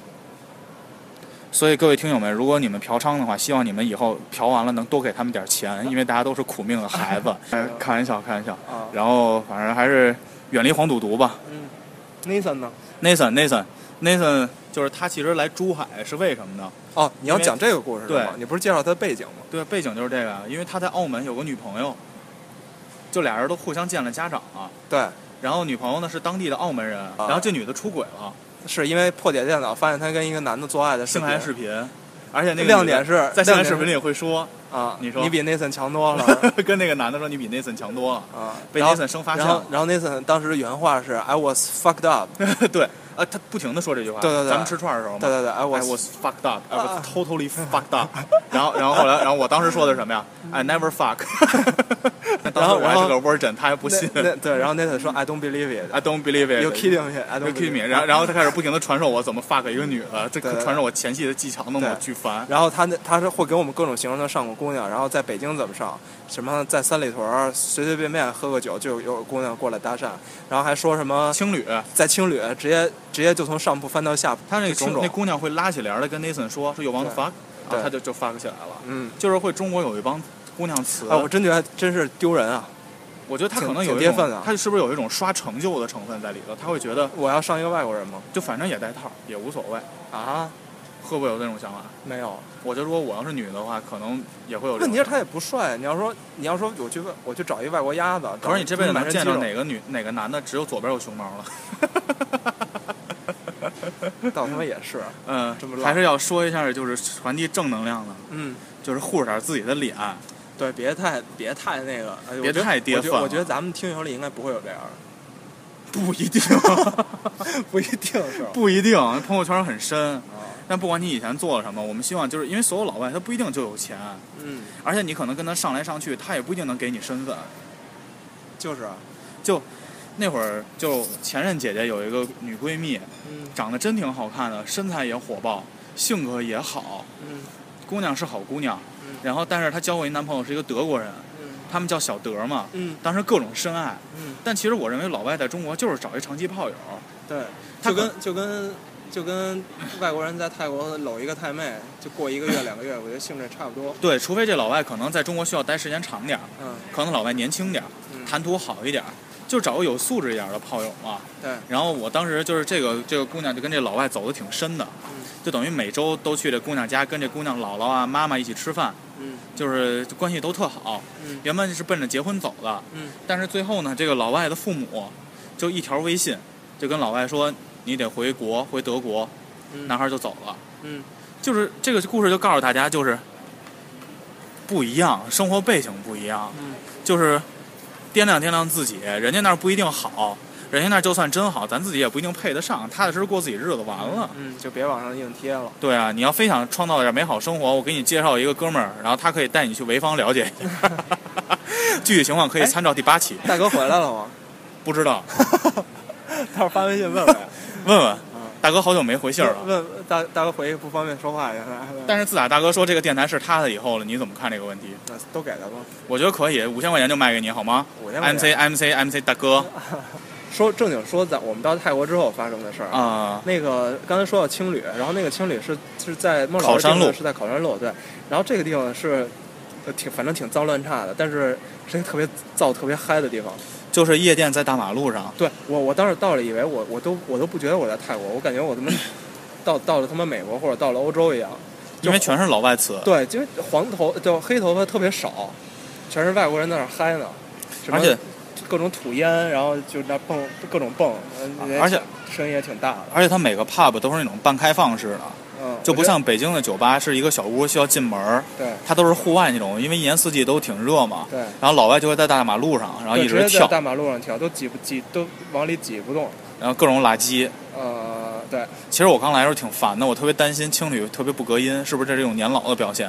所以各位听友们，如果你们嫖娼的话，希望你们以后嫖完了能多给他们点钱，因为大家都是苦命的孩子。哎，开玩笑，开玩笑。啊。然后反正还是远离黄赌毒吧。
嗯。Nathan 呢
？Nathan Nathan Nathan 就是他其实来珠海是为什么呢？
哦，你要讲这个故事
对
吗？你不是介绍他的背景吗？
对，背景就是这个，因为他在澳门有个女朋友，就俩人都互相见了家长啊。
对。
然后女朋友呢是当地的澳门人，啊、然后这女的出轨了。
是因为破解电脑发现他跟一个男的做爱的
性爱视频，而且那个
亮点是
在性爱视频里会说
啊，
你说
你比 Nathan 强多了，
跟那个男的说你比 Nathan 强多了
啊，
被 Nathan 生发现。
然后然后 Nathan 当时原话是 I was fucked up，
对，啊，他不停的说这句话。
对对对，
咱们吃串的时候嘛，
对对对 ，I was,
I was fucked up，I was totally fucked up。然后然后后来然后我当时说的是什么呀 ？I never fuck。
然后
我还是个 virgin， 他还不信。
对，然后 Nathan 说 I don't believe it，I
don't believe it，
You kidding me？I don't
kidding me。然后然后他开始不停的传授我怎么 fuck 一个女的，这传授我前戏的技巧，弄得我巨烦。
然后他那他是会给我们各种形容他上过姑娘，然后在北京怎么上，什么在三里屯随随便便喝个酒就有姑娘过来搭讪，然后还说什么
青旅，
在青旅直接直接就从上铺翻到下铺。
他那个
种种
那姑娘会拉起帘来跟 Nathan 说说有 want fuck， 然后他就就 fuck 起来了。
嗯，
就是会中国有一帮姑娘词，
啊，我真觉得真是丢人啊。
我觉得他可能有一种，啊、他是不是有一种刷成就的成分在里头？他会觉得
我要上一个外国人吗？
就反正也带套，也无所谓
啊。
会不会有这种想法？
没有。
我觉得如果我要是女的话，可能也会有这种。
问题是他也不帅。你要说你要说我去我去找一外国鸭子，
可是你这辈子能见到哪个女哪个男的只有左边有熊猫了？
倒他妈也是。
嗯，还是要说一下，就是传递正能量的。
嗯，
就是护着点自己的脸。
对，别太别太那个，
别太跌份。
我觉得咱们听友里应该不会有这样的。
不一定，
不一定是。
不一定，朋友圈很深。啊、但不管你以前做了什么，我们希望就是因为所有老外他不一定就有钱。
嗯。
而且你可能跟他上来上去，他也不一定能给你身份。
就是啊。
就那会儿，就前任姐姐有一个女闺蜜，
嗯，
长得真挺好看的，身材也火爆，性格也好。
嗯。
姑娘是好姑娘。然后，但是她交过一男朋友是一个德国人，
嗯，
他们叫小德嘛，
嗯，
当时各种深爱，
嗯，
但其实我认为老外在中国就是找一长期炮友，
对，就跟就跟就跟外国人在泰国搂一个泰妹，就过一个月两个月，我觉得性质差不多。
对，除非这老外可能在中国需要待时间长点，
嗯，
可能老外年轻点，
嗯，
谈吐好一点，就找个有素质一点的炮友嘛。
对，
然后我当时就是这个这个姑娘就跟这老外走得挺深的，
嗯，
就等于每周都去这姑娘家跟这姑娘姥姥啊妈妈一起吃饭。
嗯，
就是关系都特好，
嗯，
原本是奔着结婚走的，
嗯，
但是最后呢，这个老外的父母就一条微信，就跟老外说你得回国，回德国，
嗯，
男孩就走了，
嗯，
就是这个故事就告诉大家，就是不一样，生活背景不一样，
嗯，
就是掂量掂量自己，人家那儿不一定好。人家那就算真好，咱自己也不一定配得上，踏踏实实过自己日子完了。
嗯，就别往上硬贴了。
对啊，你要非想创造点美好生活，我给你介绍一个哥们儿，然后他可以带你去潍坊了解一下。具体情况可以参照第八期。
大哥回来了吗？
不知道。
待会儿发微信问问。
问问。大哥好久没回信了。
问大大哥回不方便说话，原来。
但是自打大哥说这个电台是他的以后了，你怎么看这个问题？
那都给他吧。
我觉得可以，五千块钱就卖给你好吗？
五千块钱。
M C M C M C 大哥。
说正经说，在我们到泰国之后发生的事儿
啊，
那个刚才说到青旅，然后那个青旅是是在莫
考山路，
是在考山路对，然后这个地方是，呃挺反正挺脏乱差的，但是是一个特别燥特别嗨的地方，
就是夜店在大马路上。
对我我当时到了以为我我都我都不觉得我在泰国，我感觉我他妈到到了他妈美国或者到了欧洲一样，
因为全是老外词。
对，因为黄头就黑头发特别少，全是外国人在那儿嗨呢，
而且。
各种吐烟，然后就那蹦各种蹦，
而且
声音也挺大的。
而且它每个 pub 都是那种半开放式的，
嗯，
就不像北京的酒吧是一个小屋需要进门，
对，
它都是户外那种，因为一年四季都挺热嘛，
对。
然后老外就会在大马路上，然后一直跳，
在大马路上跳，都挤不挤都往里挤不动，
然后各种垃圾。
呃，对。
其实我刚来的时候挺烦的，我特别担心青旅特别不隔音，是不是这是一种年老的表现？
哎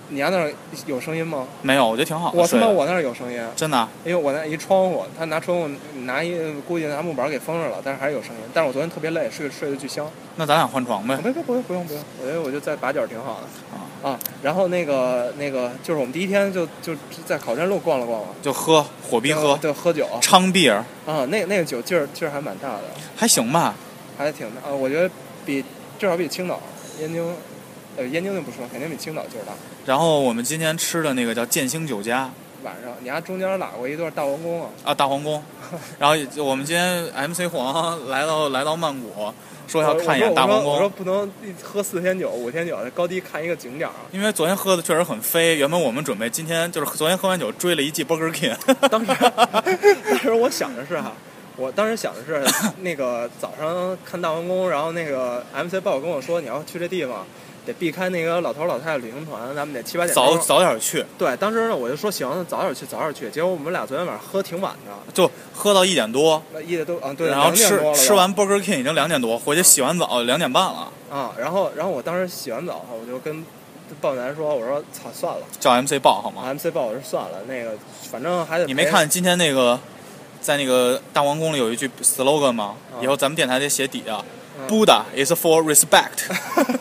你家那儿有声音吗？
没有，我觉得挺好的。
我他妈我那儿有声音，
真的，
因为我那一窗户，他拿窗户拿一估计拿木板给封上了，但是还是有声音。但是我昨天特别累，睡睡得巨香。
那咱俩换床呗？
别别不用不用不用，我觉得我就在把角挺好的啊啊。然后那个那个就是我们第一天就就在考山路逛了逛了，
就喝火逼喝，
对，喝酒，
昌 beer
啊，那那个酒劲儿劲儿还蛮大的，
还行吧，
还挺大啊，我觉得比至少比青岛、燕京。呃，燕京就不说，肯定比青岛劲儿大。
然后我们今天吃的那个叫建兴酒家，
晚上你还中间拉过一段大皇宫啊？
啊，大皇宫。然后我们今天 M C 黄来到来到曼谷，说要看一眼大皇宫。
我说, 我说不能喝四天酒、五天酒，高低看一个景点啊。
因为昨天喝的确实很飞，原本我们准备今天就是昨天喝完酒追了一季 Burger King。
当时当时我想的是哈。我当时想的是，那个早上看大皇宫，然后那个 M C 报跟我说，你要去这地方，得避开那个老头老太太旅行团，咱们得七八点
早早点去。
对，当时呢我就说行，早点去，早点去。结果我们俩昨天晚上喝挺晚的，
就喝到一点多，
一点多啊，对，
然后吃吃完 Burger King 已经两点多，回去洗完澡两点半了
啊。然后然后我当时洗完澡，我就跟报男说，我说操，算了，
叫 M C 报好吗
？M C 报我说算了，那个反正还得。
你没看今天那个？在那个大皇宫里有一句 slogan 吗？
嗯、
以后咱们电台得写底下、嗯、Buddha is for respect。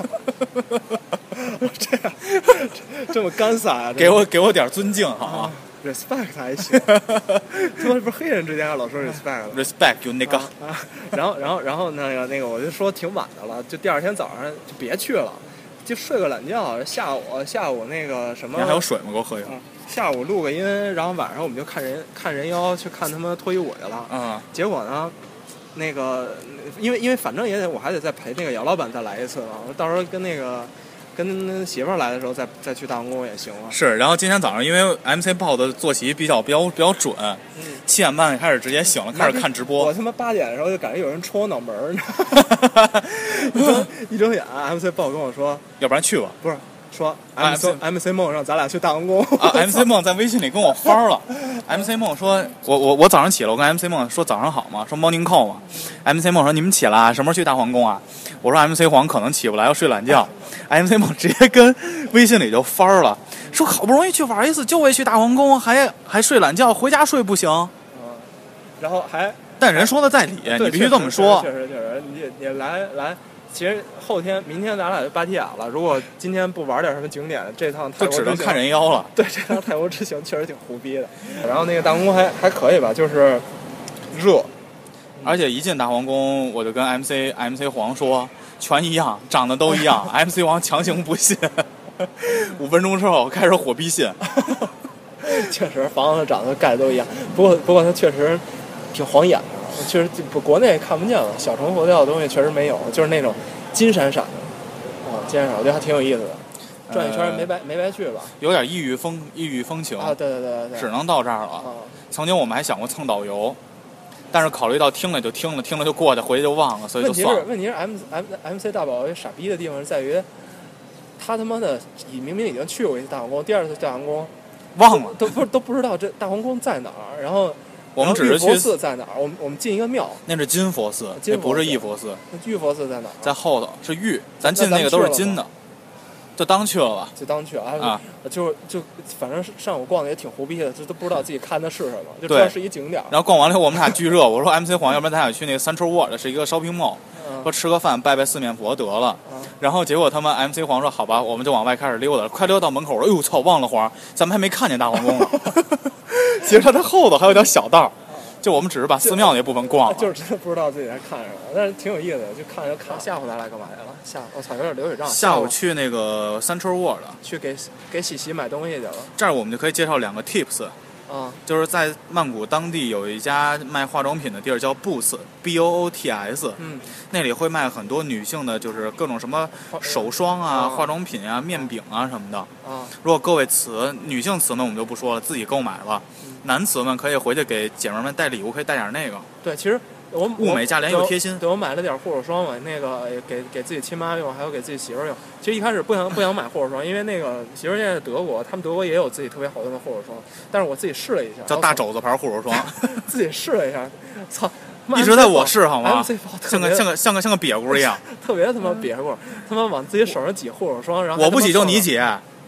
这样这么干洒啊！
给我给我点尊敬好吗、啊、
？respect 还行。他妈不是黑人之间老说 respect。respect
you nigga、
啊啊。然后然后然后那个那个我就说挺晚的了，就第二天早上就别去了，就睡个懒觉。下午下午那个什么？
你还有水吗？给我喝一个。
嗯下午录个音，然后晚上我们就看人看人妖，去看他们脱衣舞去了。
嗯，
结果呢，那个因为因为反正也得我还得再陪那个姚老板再来一次嘛，我到时候跟那个跟媳妇儿来的时候再再去大皇宫也行了。
是，然后今天早上因为 M C 报的作息比较比较比较准，七、嗯、点半开始直接醒了，开始看直播。
我他妈八点的时候就感觉有人戳我脑门儿，一睁一睁眼 ，M C 报跟我说，
要不然去吧，
不是。说 M C M C 梦让咱俩去大皇宫
啊 ！M C 梦在微信里跟我翻了。M C 梦说，我我我早上起了，我跟 M C 梦说早上好嘛，说 morning call 嘛。M C 梦说你们起了，什么时候去大皇宫啊？我说 M C 黄可能起不来，要睡懒觉。M C 梦直接跟微信里就翻了，说好不容易去玩一次，就为去大皇宫，还还睡懒觉，回家睡不行。
嗯，然后还
但人说的在理，你必须这么说。
确实确实，你你来来。其实后天、明天咱俩就芭提雅了。如果今天不玩点什么景点，这趟泰国
就只能看人妖了。
对，这趟泰国之行确实挺胡逼的。然后那个大皇宫还还可以吧，就是热，
而且一进大皇宫，我就跟 M C M C 黄说，全一样，长得都一样。M C 黄强行不信，五分钟之后开始火逼信。
确实，房子长得盖都一样，不过不过他确实挺晃眼的。确实不，国内看不见了，小乘佛教的东西确实没有，就是那种金闪闪的，啊，金闪闪，我觉得还挺有意思的。转一圈没白、呃、没白去吧？
有点异域风异域风情
啊！对对对对，
只能到这儿了。
啊、
曾经我们还想过蹭导游，但是考虑到听了就听了，听了就过去，回去就忘了，所以就算了。
问题是问题是 M M M C 大宝傻逼的地方是在于，他他妈的明明已经去过一次大皇宫，第二次大皇宫
忘了，
都不都不知道这大皇宫在哪儿，然后。
我们只是去
玉佛寺在哪儿？我们我们进一个庙，
那是金佛寺，那不是玉佛寺。
玉佛寺在哪儿？
在后头是玉，咱进那个都是金的，就当去了吧。
就当去了
啊！
就就反正上午逛的也挺胡逼的，就都不知道自己看的是什么，就知道是一景点。
然后逛完了以后，我们俩巨热，我说 M C 黄，要不然咱俩去那个 Central World， 是一个 shopping mall，、嗯、说吃个饭拜拜四面佛得了。
嗯、
然后结果他们 M C 黄说好吧，我们就往外开始溜达，快溜到门口，我说哎呦操，忘了黄，咱们还没看见大皇宫呢。其实它在后头还有条小道。就我们只是把寺庙那部分逛了，
就是真的不知道自己在看什么，但是挺有意思的，就看就看。下午咱俩干嘛来了？下午我操，有点流水账。
下午去那个 Central World
去给给喜喜买东西去了。
这儿我们就可以介绍两个 tips，
啊，
就是在曼谷当地有一家卖化妆品的地儿叫 Boots B O O T S，
嗯，
那里会卖很多女性的，就是各种什么手霜啊、
啊
化妆品啊、面饼啊什么的。
啊，
如果各位瓷女性瓷们我们就不说了，自己购买了。男瓷们可以回去给姐妹们带礼物，可以带点那个。
对，其实我
物美价廉又贴心。
对，我买了点护手霜嘛，那个给给自己亲妈用，还有给自己媳妇用。其实一开始不想不想买护手霜，因为那个媳妇现在在德国，他们德国也有自己特别好用的护手霜，但是我自己试了一下，
叫大肘子牌护手霜，
自己试了一下，操！
一直在我试好吗？
M C
像个像个像个像个瘪咕一样，
特别他妈瘪咕，他妈往自己手上挤护手霜，然后
我不挤就你挤。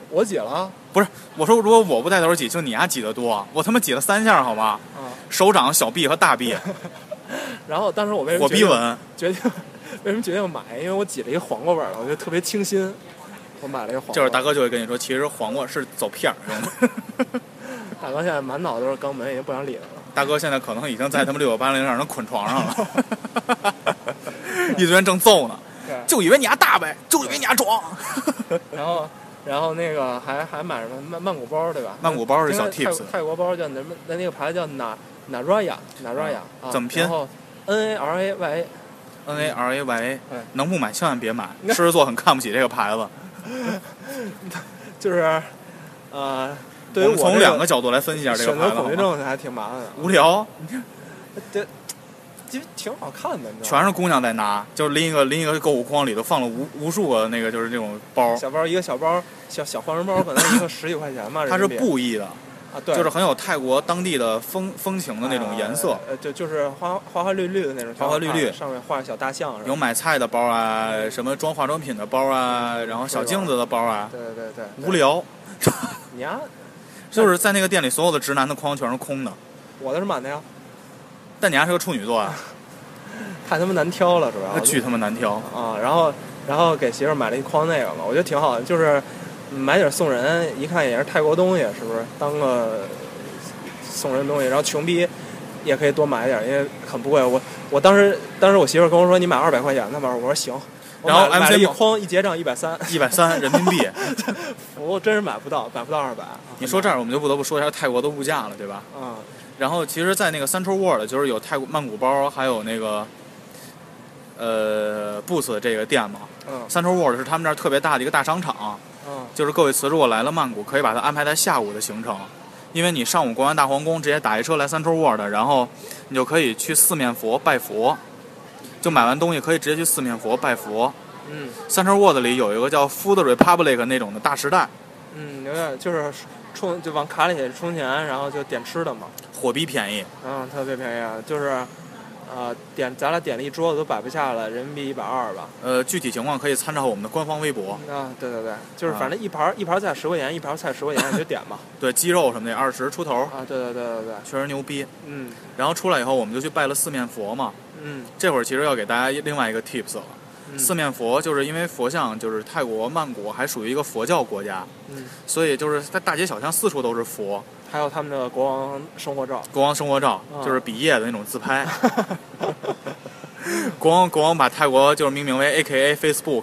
我挤了，
不是，我说如果我不带头挤，就你丫挤得多，我他妈挤了三下好吗？
啊，
手掌、小臂和大臂，
然后当时我为什么
火逼吻，
决定为什么决定买？因为我挤了一个黄瓜味儿的，我觉得特别清新，我买了一个黄瓜。
就是大哥就会跟你说，其实黄瓜是走片儿用的。
大哥现在满脑都是肛门，已经不想理他了。
大哥现在可能已经在他们六九八零让人捆床上了，一堆人正揍呢，就以为你丫大呗，就以为你丫壮。
然后，然后那个还还买什么曼曼谷包对吧？
曼谷包是小 tips，
泰国包叫什么？那那个牌子叫 Na Naraya Naraya，
怎么拼？
然后 N A R A Y
A，N A R A Y A， 能不买千万别买，狮子座很看不起这个牌子。
就是，呃。对于
我们从两个角度来分析一下这个牌子。
选择恐惧症还挺麻烦的，
无聊。
这其实挺好看的，你知道吗？
全是姑娘在拿，就是拎一个拎一个购物筐，里头放了无无数个那个就是这种包。
小包一个小包，小小化妆包可能一个十几块钱吧。
它是布艺的
啊，对，
就是很有泰国当地的风风情的那种颜色。
呃，就就是花花花绿绿的那种，
花花绿绿，
上面画小大象。
有买菜的包啊，什么装化妆品的包啊，然后小镜子的包啊。
对对对，
无聊。
你呀。
就是在那个店里，所有的直男的筐全是空的，
我的是满的呀。
但你还是个处女座啊，
太他妈难挑了，主要。
巨他妈难挑
啊！然后，然后给媳妇买了一筐那个嘛，我觉得挺好的，就是买点送人，一看也是泰国东西，是不是？当个送人东西，然后穷逼也可以多买点，因为很不贵。我我当时当时我媳妇跟我说你买二百块钱的吧，我说行。
然后 M C
一筐一结账一百三，
一百三人民币，
我真是买不到，买不到二百。
你说这儿，我们就不得不说一下泰国的物价了，对吧？
嗯。
然后其实，在那个 Central World， 就是有泰国曼谷包，还有那个呃 Boots 这个店嘛。
嗯。
Central World 是他们这儿特别大的一个大商场。
嗯。
就是各位词如果来了曼谷，可以把它安排在下午的行程，因为你上午逛完大皇宫，直接打一车来 Central World， 然后你就可以去四面佛拜佛，就买完东西可以直接去四面佛拜佛。
嗯
，Central World 里有一个叫 Food Republic 那种的大时代，
嗯，有点就是充就往卡里充钱，然后就点吃的嘛，
火逼便宜，
嗯，特别便宜啊，就是，呃，点咱俩点了一桌子都摆不下了，人民币一百二吧。
呃，具体情况可以参照我们的官方微博。
啊，对对对，就是反正一盘、啊、一盘菜十块钱，一盘菜十块钱你就点吧。
对，鸡肉什么的二十出头。
啊，对对对对对，
确实牛逼。
嗯，
然后出来以后我们就去拜了四面佛嘛。
嗯，
这会儿其实要给大家另外一个 tips 了。四面佛就是因为佛像就是泰国曼谷还属于一个佛教国家，
嗯，
所以就是在大街小巷四处都是佛，
还有他们的国王生活照，
国王生活照、
啊、
就是比耶的那种自拍。国王国王把泰国就是命名为 A K A Facebook，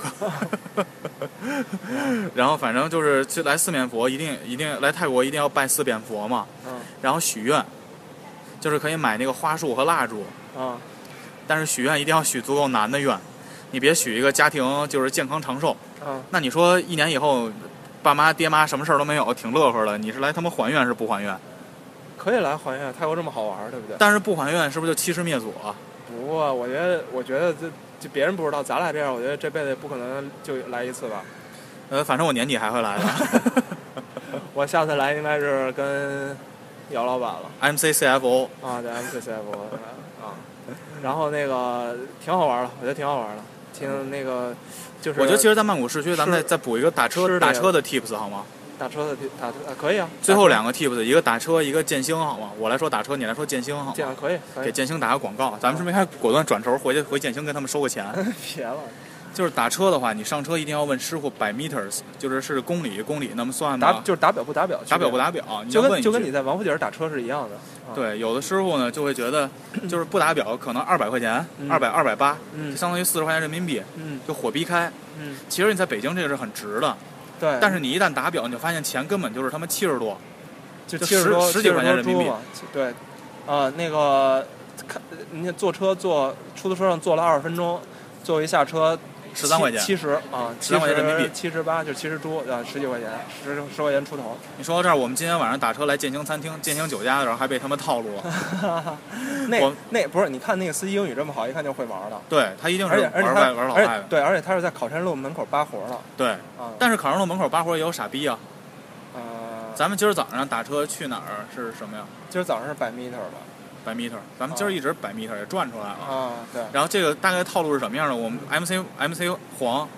然后反正就是去来四面佛一定一定来泰国一定要拜四面佛嘛，
嗯，
然后许愿，就是可以买那个花束和蜡烛，
啊，
但是许愿一定要许足够难的愿。你别许一个家庭就是健康长寿，
嗯，
那你说一年以后，爸妈爹妈什么事儿都没有，挺乐呵的，你是来他妈还愿是不还愿？
可以来还愿，泰国这么好玩，对不对？
但是不还愿是不是就欺师灭祖啊？
不啊，我觉得，我觉得这就别人不知道，咱俩这样，我觉得这辈子不可能就来一次吧。
呃，反正我年底还会来的。
我下次来应该是跟姚老板了
，M C C F O
啊，对 M C C F O 啊，然后那个挺好玩的，我觉得挺好玩的。听那个，就是
我觉得其实，在曼谷市区，咱们再再补一个打车打车的 tips 好吗？
打车的打啊可以啊。
最后两个 tips， 一个打车，一个建星好吗？我来说打车，你来说建星好吗？
这样可以，可以
给建星打个广告，咱们是不是应该果断转头回去回建星跟他们收个钱？
别了。
就是打车的话，你上车一定要问师傅 by meters， 就是是公里公里那么算
吗？打就是打表不打表，
打表不打表，
就跟就跟你在王府井打车是一样的。
啊、对，有的师傅呢就会觉得，就是不打表可能二百块钱，二百二百八，
嗯，
就相当于四十块钱人民币，
嗯，
就火逼开，
嗯，
其实你在北京这个是很值的，
对，
但是你一旦打表，你就发现钱根本就是他妈七十多，
就
七十
多
十几块钱人民币，
对，呃，那个看你坐车坐出租车上坐了二十分钟，最后一下车。
十三块钱，
七十啊，
十三块钱人民币，
七十八就七十铢啊，十几块钱，十十块钱出头。
你说到这儿，我们今天晚上打车来建兴餐厅、建兴酒家的时候，还被他们套路了。
那那不是，你看那个司机英语这么好，一看就会玩的。
对他一定是
玩
玩外玩老外的。
对，而且他是在考山路门口扒活的。
对，
啊，
但是考山路门口扒活也有傻逼啊。
呃，
咱们今儿早上打车去哪儿是什么呀？
今儿早上是百 meter 吧。
百 meter， 咱们今儿一直百 meter 也转出来了
啊，对。
然后这个大概套路是什么样的？我们 M C M C 黄，
嗯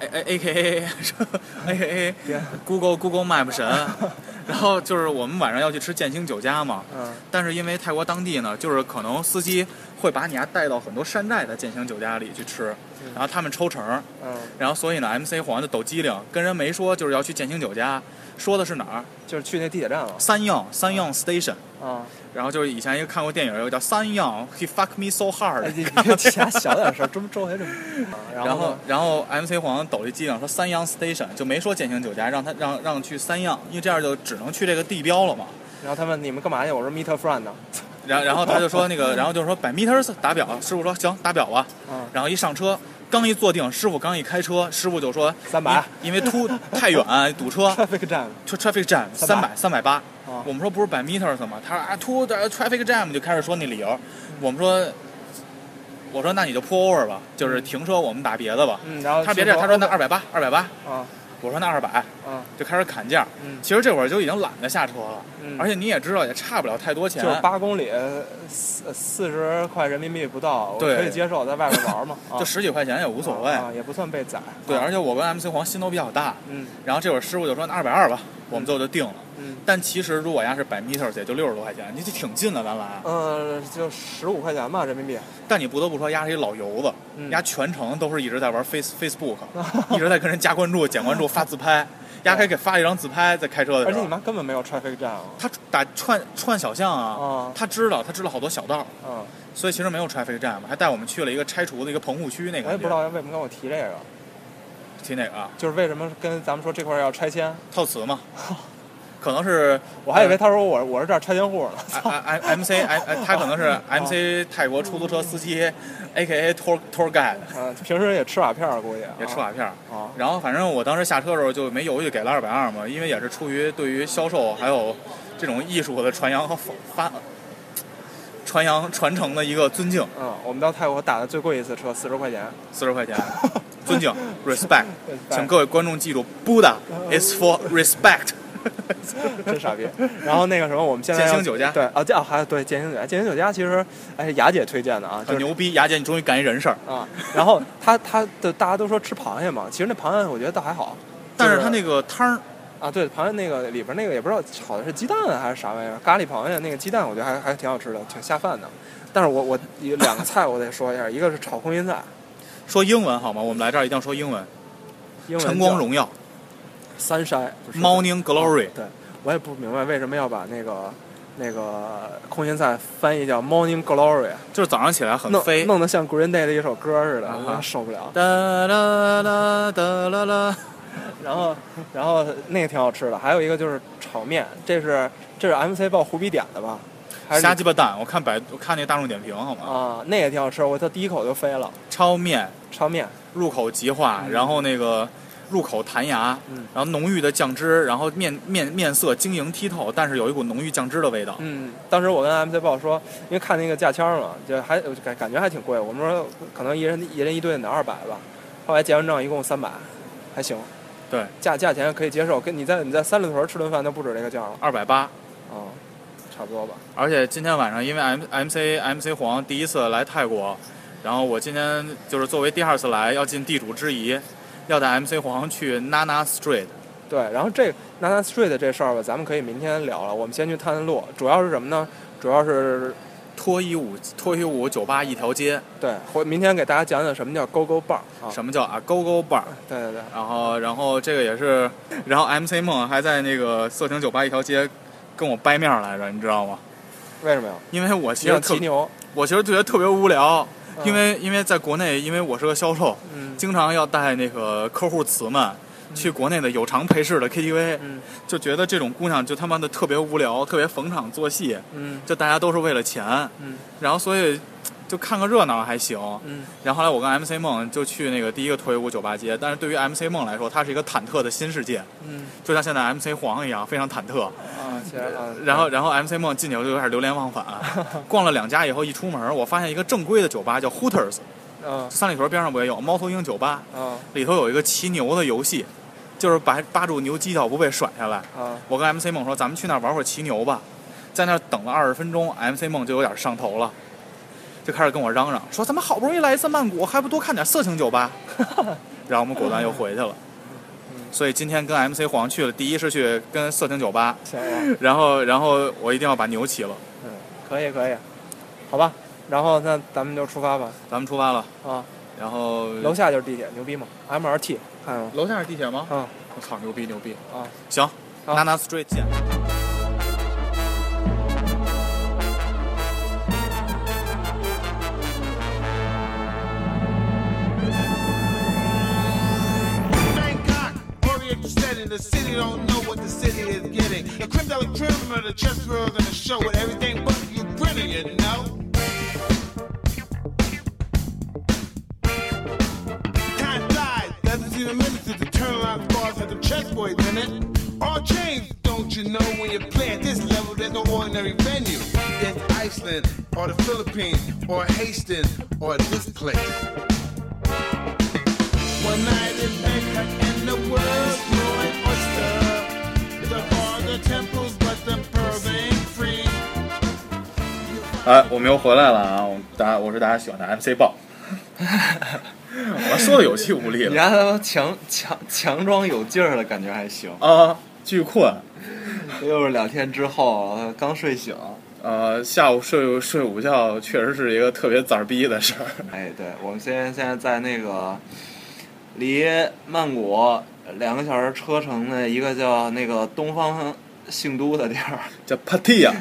A A A K A A K A Google Google Map 神，然后就是我们晚上要去吃建兴酒家嘛，
嗯，
但是因为泰国当地呢，就是可能司机会把你啊带到很多山寨的建兴酒家里去吃，然后他们抽成，
嗯，
然后所以呢 M C 黄就抖机灵，跟人没说就是要去建兴酒家，说的是哪儿？
就是去那地铁站了。
三样三样 Station。
啊，
然后就是以前一个看过电影，有个叫三样 He fuck me so hard，
哎，你别其他小点声，这么周围这么。
然后
然后
然后 M C 黄抖一机灵说三样 Station， 就没说建兴酒家，让他让让去三样，因为这样就只能去这个地标了嘛。
然后他问你们干嘛去？我说 meet a friend 呢。
然然后他就说那个，然后就说 by meters 打表，师傅说行打表吧。
嗯。
然后一上车，刚一坐定，师傅刚一开车，师傅就说
三百，
因为突太远堵车。
traffic jam。
就 traffic jam 三百三百八。
啊。
我们说不是 by meters 吗？他说啊 to the traffic jam 就开始说那理由。我们说，我说那你就 pull over 吧，就是停车，我们打别的吧。
嗯。然后
他别这样，他说那二百八二百八。
啊。
我说那二百，
嗯，
就开始砍价。
嗯，
其实这会儿就已经懒得下车了，
嗯，
而且你也知道也差不了太多钱，
就是八公里四四十块人民币不到，我可以接受，在外边玩嘛，
就十几块钱也无所谓，
啊，也不算被宰。
对，而且我跟 M C 黄心都比较大，
嗯，
然后这会儿师傅就说那二百二吧，我们最后就定了。
嗯，
但其实如果要是百 meters 也就六十多块钱，你就挺近的，咱来。
呃，就十五块钱吧人民币。
但你不得不说，丫是一老油子，
嗯，
丫全程都是一直在玩 Face Facebook， 一直在跟人加关注、减关注、发自拍。丫还给发一张自拍，在开车的时候。
而且你妈根本没有 traffic jam。
他打串串小巷啊，
嗯，
他知道，他知道好多小道，
嗯，
所以其实没有 traffic jam，还带我们去了一个拆除的一个棚户区那个。
我也不知道为什么跟我提这个。
提哪个啊？
就是为什么跟咱们说这块要拆迁？
套词嘛。可能是，
我还以为他说我我是这儿拆迁户呢。
M M C M 他可能是 M C 泰国出租车司机 ，A K A tour tour guide。
嗯，平时也吃瓦片儿，估计
也吃瓦片儿。
啊。
然后反正我当时下车的时候就没犹豫，给了二百二嘛，因为也是出于对于销售还有这种艺术的传扬和发传扬传承的一个尊敬。
嗯，我们到泰国打的最贵一次车四十块钱。
四十块钱，尊敬 respect， 请各位观众记住 ，Buddha is for respect。
真傻逼。然后那个什么，我们现在
建兴酒家，
对啊，这还对建兴酒家，建兴酒家其实哎是雅姐推荐的啊，
很牛逼。雅姐，你终于干一人事儿
啊。然后他他的大家都说吃螃蟹嘛，其实那螃蟹我觉得倒还好，
但是他那个汤儿
啊，对，螃蟹那个里边那个也不知道炒的是鸡蛋还是啥玩意儿，咖喱螃蟹那个鸡蛋我觉得还还挺好吃的，挺下饭的。但是我我有两个菜我得说一下，一个是炒空心菜，
说英文好吗？我们来这儿一定要说英文。
英文
晨光荣耀。
Sunshine
Morning Glory，、
哦、对，我也不明白为什么要把那个那个空心菜翻译叫 Morning Glory，
就是早上起来很飞，
弄得像 Green Day 的一首歌似的，我、啊、受不了。
哒啦啦哒啦啦，
然后然后那个挺好吃的，还有一个就是炒面，这是这是 M C 报胡逼点的吧？还是
瞎鸡巴蛋！我看百我看那大众点评好吗？
啊，那也挺好吃，我这第一口就飞了。
焯面，
焯面，
入口即化，嗯、然后那个。入口弹牙，
嗯，
然后浓郁的酱汁，然后面面面色晶莹剔透，但是有一股浓郁酱汁的味道。
嗯，当时我跟 M C 报说，因为看那个价签嘛，就还感感觉还挺贵。我们说可能一人一人一顿得二百吧，后来结完账一共三百，还行。
对，
价价钱可以接受，跟你在你在三里屯吃顿饭都不止这个价了。
二百八，
啊，差不多吧。
而且今天晚上因为 M M C M C 黄第一次来泰国，然后我今天就是作为第二次来，要尽地主之谊。要带 M C 黄去 Nana Street，
对，然后这 Nana Street 这事儿吧，咱们可以明天聊了。我们先去探探路，主要是什么呢？主要是
脱衣舞脱衣舞酒吧一条街。
对，我明天给大家讲讲什么叫 Go Go Bar，、啊、
什么叫啊 Go Go Bar。
对对对。
然后然后这个也是，然后 M C 梦还在那个色情酒吧一条街跟我掰面来着，你知道吗？
为什么呀？
因为我其实特
牛，
我其实觉得特别无聊。因为因为在国内，因为我是个销售，
嗯，
经常要带那个客户词们、嗯、去国内的有偿配饰的 K T V，
嗯，
就觉得这种姑娘就他妈的特别无聊，特别逢场作戏，
嗯，
就大家都是为了钱，
嗯，
然后所以就看个热闹还行，
嗯，
然后后来我跟 M C 梦就去那个第一个脱衣舞酒吧街，但是对于 M C 梦来说，它是一个忐忑的新世界，
嗯，
就像现在 M C 黄一样，非常忐忑。
啊，
然后，然后 M C 梦进去我就有点流连忘返，逛了两家以后，一出门我发现一个正规的酒吧叫 Hooters，
嗯，
三里屯边上不也有猫头鹰酒吧？
嗯，
里头有一个骑牛的游戏，就是把扒住牛犄角不被甩下来。
嗯，
我跟 M C 梦说，咱们去那儿玩会儿骑牛吧，在那儿等了二十分钟 ，M C 梦就有点上头了，就开始跟我嚷嚷说，咱们好不容易来一次曼谷，还不多看点色情酒吧？ 然后我们果断又回去了。所以今天跟 M C 黄去了，第一是去跟色情酒吧，
行啊，
然后然后我一定要把牛骑了。
嗯，可以可以，好吧，然后那咱们就出发吧。
咱们出发了
啊，
然后
楼下就是地铁，牛逼吗 ？M R T 看了吗？
楼下是地铁吗？
嗯，
我操，牛逼牛逼
啊！
行
好
，Nana Street 见。
The city don't know what the city is getting. The crypto criminal, the chess girl gonna show it everything but you grinning, you know. Time flies, doesn't seem a minute since the turnaround bars had the chess boys in it. All chains, don't you know when you play at this level, there's no ordinary venue. It's Iceland, or the Philippines, or Hastings, or this place. One night in Bangkok and the world's more an oyster. The bar, the temples, but the pearls ain't free.
哎，我们又回来了啊！我大家我是大家喜欢的 M C 豹。我说的有气无力了。
你让他强强强装有劲儿的感觉还行
啊，巨困。
又是两天之后，刚睡醒。
呃，下午睡睡午觉，确实是一个特别崽儿逼的事儿。
哎，对，我们现在现在在那个离曼谷两个小时车程的一个叫那个东方姓都的地儿，
叫 Pattaya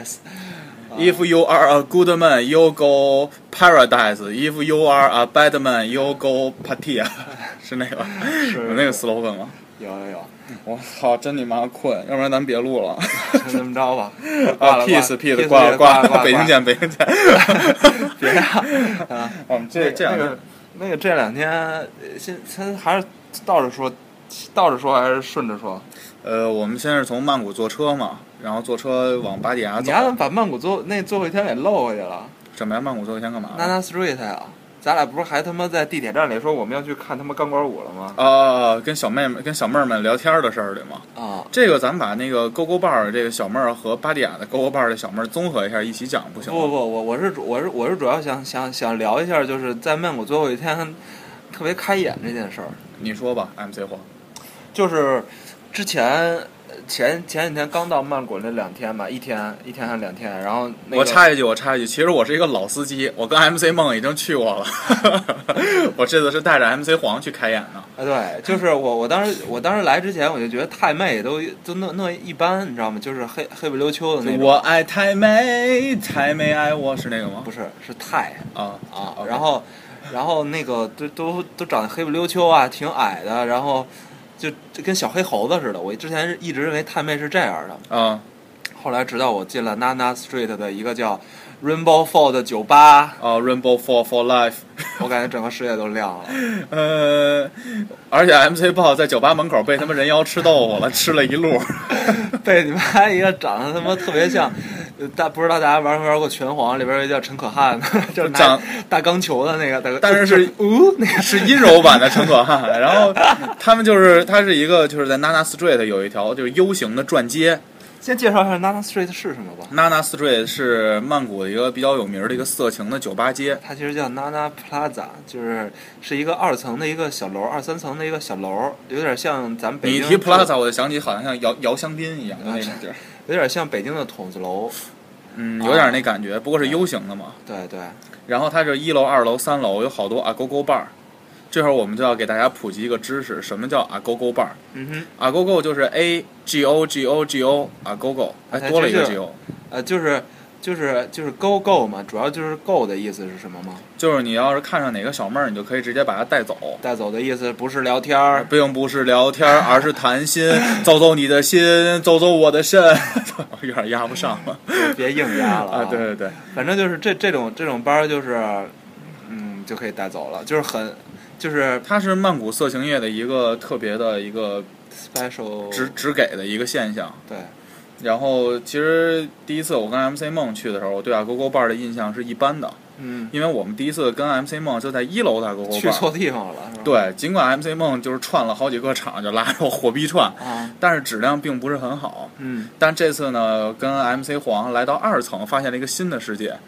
yes。If
you are a good man, you go paradise. If you are a bad man, you go Pattaya 是那个有那个 slogan 吗？
有有有。
我操，真你妈困，要不然咱别录了。
就这么着吧。
啊 ，peace peace， 挂了挂了，北京见北京见。
别呀！啊，
我们这这样
那个那个这两天，先先还是倒着说，倒着说还是顺着说？
呃，我们先是从曼谷坐车嘛，然后坐车往芭提雅走。
你还怎么把曼谷坐那最后一天给漏回去了？
什么呀？曼谷最后一天干嘛
？Nana Street 呀。咱俩不是还他妈在地铁站里说我们要去看他妈钢管舞了吗？
啊，跟小妹妹、跟小妹儿们聊天的事儿对吗？
啊，
这个咱们把那个勾勾伴儿这个小妹儿和芭提雅的勾勾伴儿的小妹儿综合一下，一起讲不行吗？
不不，我我是我是我是主要想想想聊一下，就是在曼谷最后一天特别开眼这件事儿。
你说吧 ，M C 黄。
就是之前前前几天刚到曼谷那两天吧，一天一天还是两天，然后、那个、
我插一句，我插一句，其实我是一个老司机，我跟 M C 梦已经去过了，我这次是带着 M C 黄去开演的。
啊，对，就是我我当时我当时来之前我就觉得太妹都都那那一般，你知道吗？就是黑黑不溜秋的那种。
我爱太妹，太妹爱我是那个吗？
不是，是太
啊
啊，
okay.
然后然后那个都都都长得黑不溜秋啊，挺矮的，然后。就跟小黑猴子似的，我之前一直认为太妹是这样的
啊，
后来直到我进了 Nana Street 的一个叫 Rainbow Fall 的酒吧，
哦 ，Rainbow Fall for Life，
我感觉整个世界都亮了。
呃，而且 M C 豹在酒吧门口被他们人妖吃豆腐了，吃了一路，
被你们还一个长得他妈特别像。大不知道大家玩没玩过拳皇，里边有一个叫陈可汗的，就是拿大钢球的那个，
但是是
呜，那个
是阴柔版的陈可汗。然后他们就是他是一个就是在 Nana Street 有一条就是 U 型的转街。
先介绍一下 Nana Street 是什么吧。
Nana Street 是曼谷的一个比较有名的一个色情的酒吧街。
它其实叫 Nana Plaza， 就是是一个二层的一个小楼，二三层的一个小楼，有点像咱们北京。
你提 Plaza， 我就想起好像像姚姚香槟一样的那种地儿。
有点像北京的筒子楼，
嗯，有点那感觉，啊、不过是 U 型的嘛。
对对。
然后它是一楼、二楼、三楼有好多 Agogo bar， 这会儿我们就要给大家普及一个知识，什么叫 Agogo bar？
嗯
哼 ，Agogo 就是 A G O G O G O Agogo， 哎，多了一个 G O。
呃，就是就是就是 go go 嘛，主要就是 go 的意思是什么吗？
就是你要是看上哪个小妹儿，你就可以直接把她带走。
带走的意思不是聊天儿，
并不是聊天儿，而是谈心，走走你的心，走走我的肾，有点压不上了，
别硬压了
啊！对对对，
反正就是这这种这种班就是，嗯，就可以带走了，就是很，就是
它是曼谷色情业的一个特别的一个
special
只只给的一个现象。
对。
然后其实第一次我跟 M C 梦去的时候，我对Agogo bar的印象是一般的，
嗯，
因为我们第一次跟 M C 梦就在一楼的Agogo bar，
去错地方了，是吧？
对，尽管 M C 梦就是串了好几个场，就拉着火逼串，
啊，
但是质量并不是很好，
嗯，
但这次呢，跟 M C 黄来到二层，发现了一个新的世界。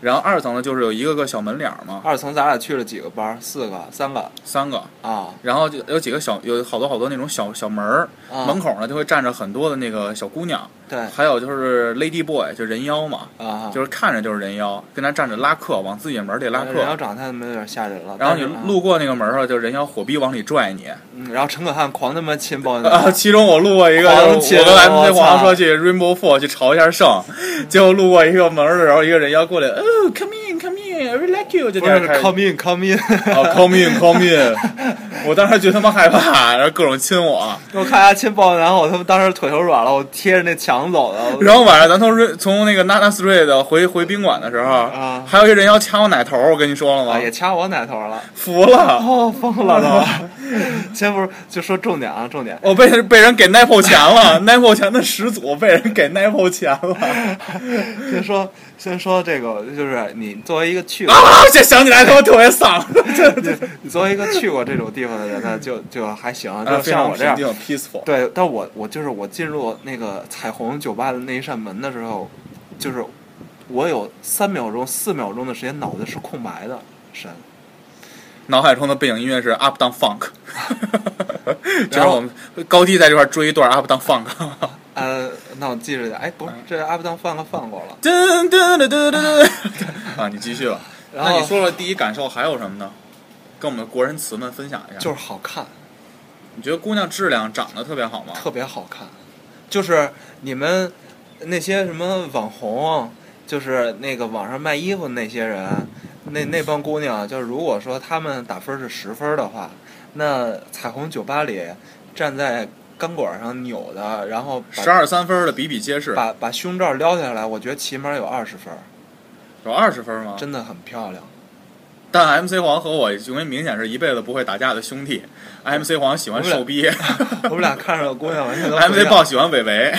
然后二层呢就是有一个个小门脸嘛。
二层咱俩去了几个班？四个、三个、
三个
啊。
然后就有几个小，有好多好多那种小小门儿、啊，门口呢就会站着很多的那个小姑娘。
对。
还有就是 Lady Boy， 就人妖嘛。
啊。
就是看着就是人妖，跟他站着拉客，往自己门里拉客。
人妖长得他妈有点吓人了。
然后你路过那个门上，就人妖火逼往里拽你。
嗯。然后陈可汗狂他妈亲包你。
啊，其中我路过一个，我跟 M C 黄说去 Rainbow Four 去朝一下圣，结果路过一个门的时候，一个人妖过来，哦 ，Come in, come in, I like you， 就这样开始
，Come in, come in，
哦 ，Come in, come in， 我当时觉得他妈害怕，然后各种亲我。
我看他亲包男，我他妈当时腿都软了，我贴着那墙走的。
然后晚上咱从从那个 Nana Street 回回宾馆的时候，啊，还有一个人要掐我奶头，我跟你说了吗？
啊、也掐我奶头了，
服了，
哦，疯了都。先不是就说重点啊，重点。
我被被人给 Nipple 钱了，Nipple 钱的始祖被人给 Nipple 钱了。
先说先说这个，就是你作为一个去过，
啊，这想起来他妈特别丧。
你作为一个去过这种地方的人呢，就就还行，就像我这样
peaceful。
对，但我我就是我进入那个彩虹酒吧的那一扇门的时候，就是我有三秒钟、四秒钟的时间脑子是空白的，神。
脑海中的背景音乐是 Up Down Funk， 就是我们高低在这块追一段 Up Down Funk。
呃，那我记着点。哎，不是，这 Up Down Funk 放过了。
噔噔噔噔噔。啊，你继续吧。
然后
那你说说第一感受还有什么呢？跟我们国人词们分享一下。
就是好看。
你觉得姑娘质量长得特别好吗？
特别好看。就是你们那些什么网红，就是那个网上卖衣服那些人。那那帮姑娘，就是如果说她们打分是十分的话，那彩虹酒吧里站在钢管上扭的，然后
十二三分的比比皆是，
把把胸罩撩下来，我觉得起码有二十分。
有二十分吗？
真的很漂亮。
但 M C 黄和我因为明显是一辈子不会打架的兄弟 ，M C 黄喜欢瘦逼，
我们俩看上的姑娘完全都不一样。
M C 豹喜欢伟伟。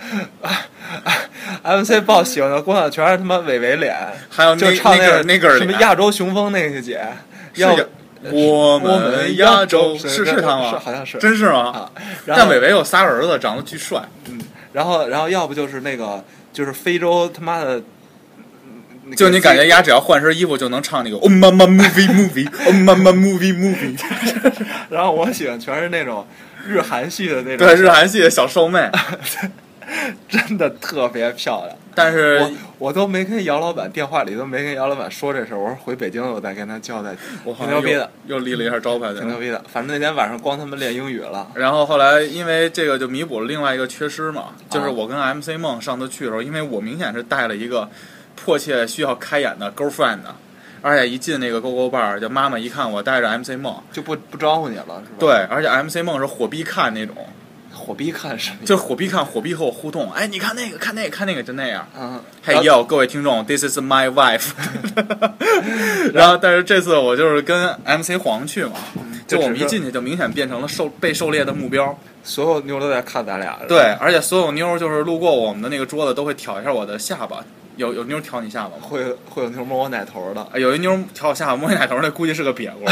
M C 豹喜欢的姑娘全是他妈伟伟脸，
还有
就唱
那个那个
什么亚洲雄风那个姐，
要我们亚洲是是他吗？
好像是，
真是吗？
啊、
但伟伟有仨儿子，长得巨帅。
嗯，然后然后要不就是那个就是非洲他妈的。
就你感觉丫只要换身衣服就能唱那个 Oh Mama Movie Movie Oh Mama Movie Movie
然后我喜欢全是那种日韩系的那种，
对，日韩系的小瘦妹
真的特别漂亮。
但是
我我都没跟姚老板电话里都没跟姚老板说这事儿，我说回北京了我再跟他交代。
我
挺牛逼的，
又立了一下招牌，
挺牛逼的。反正那天晚上光他们练英语了。
然后后来因为这个就弥补了另外一个缺失嘛，就是我跟 M C 梦上次去的时候，因为我明显是带了一个迫切需要开眼的 girlfriend 的，而且一进那个 Go Go Bar， 就妈妈一看我带着 M C 梦，
就不不招呼你了，是吧？
对，而且 M C 梦是火逼看那种，
火逼看什么？
就是火逼看，火逼和我互动。哎，你看那个，看那个，看那个，就那样。
嗯。
嘿哟，各位听众 ，This is my wife 。然后，但是这次我就是跟 M C 黄去嘛，就我们一进去就明显变成了狩被狩猎的目标。
所有妞都在看咱俩。
对，而且所有妞就是路过我们的那个桌子都会挑一下我的下巴。有有妞挑你下巴吗？
会会有妞摸我奶头的。
有一妞挑我下巴摸你奶头，那估计是个瘪锅。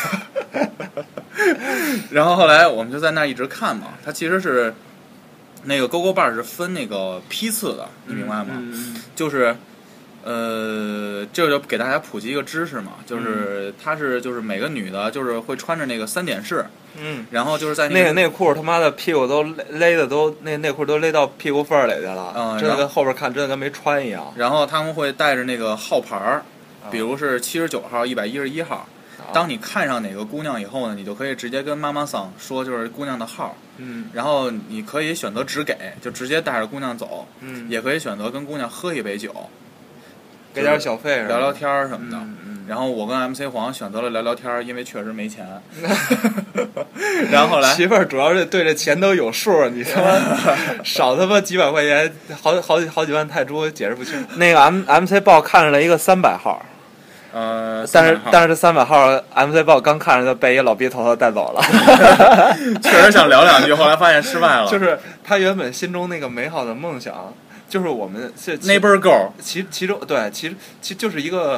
然后后来我们就在那儿一直看嘛，它其实是那个 Go Go Bar 是分那个批次的，你明白吗？
嗯嗯、
就是呃，这就给大家普及一个知识嘛，就是它是就是每个女的，就是会穿着那个三点式。
嗯，
然后就是在
那个内裤他妈的屁股都勒的都那内裤都勒到屁股缝里去了，
嗯，
真的跟后边看真的跟没穿一样。
然后他们会带着那个号牌儿，比如是七十九号、一百一十一号。当你看上哪个姑娘以后呢，你就可以直接跟妈妈桑说就是姑娘的号，
嗯，
然后你可以选择只给，就直接带着姑娘走，
嗯，
也可以选择跟姑娘喝一杯酒，
给点小费，
聊聊天什么的。
嗯嗯、
然后我跟 M C 黄选择了聊聊天，因为确实没钱。然后后来
媳妇儿主要是对这钱都有数，你他妈少他妈几百块钱，好好几好几万泰铢解释不清。那个 M M C 报看上了一个三百号。
呃，
但是但是这三百号 M C 报刚看着就被一老逼头头带走了，
确实想聊两句，后来发现失败了。
就是他原本心中那个美好的梦想，就是我们是
neighbor girl，
其其中对，其实其实就是一个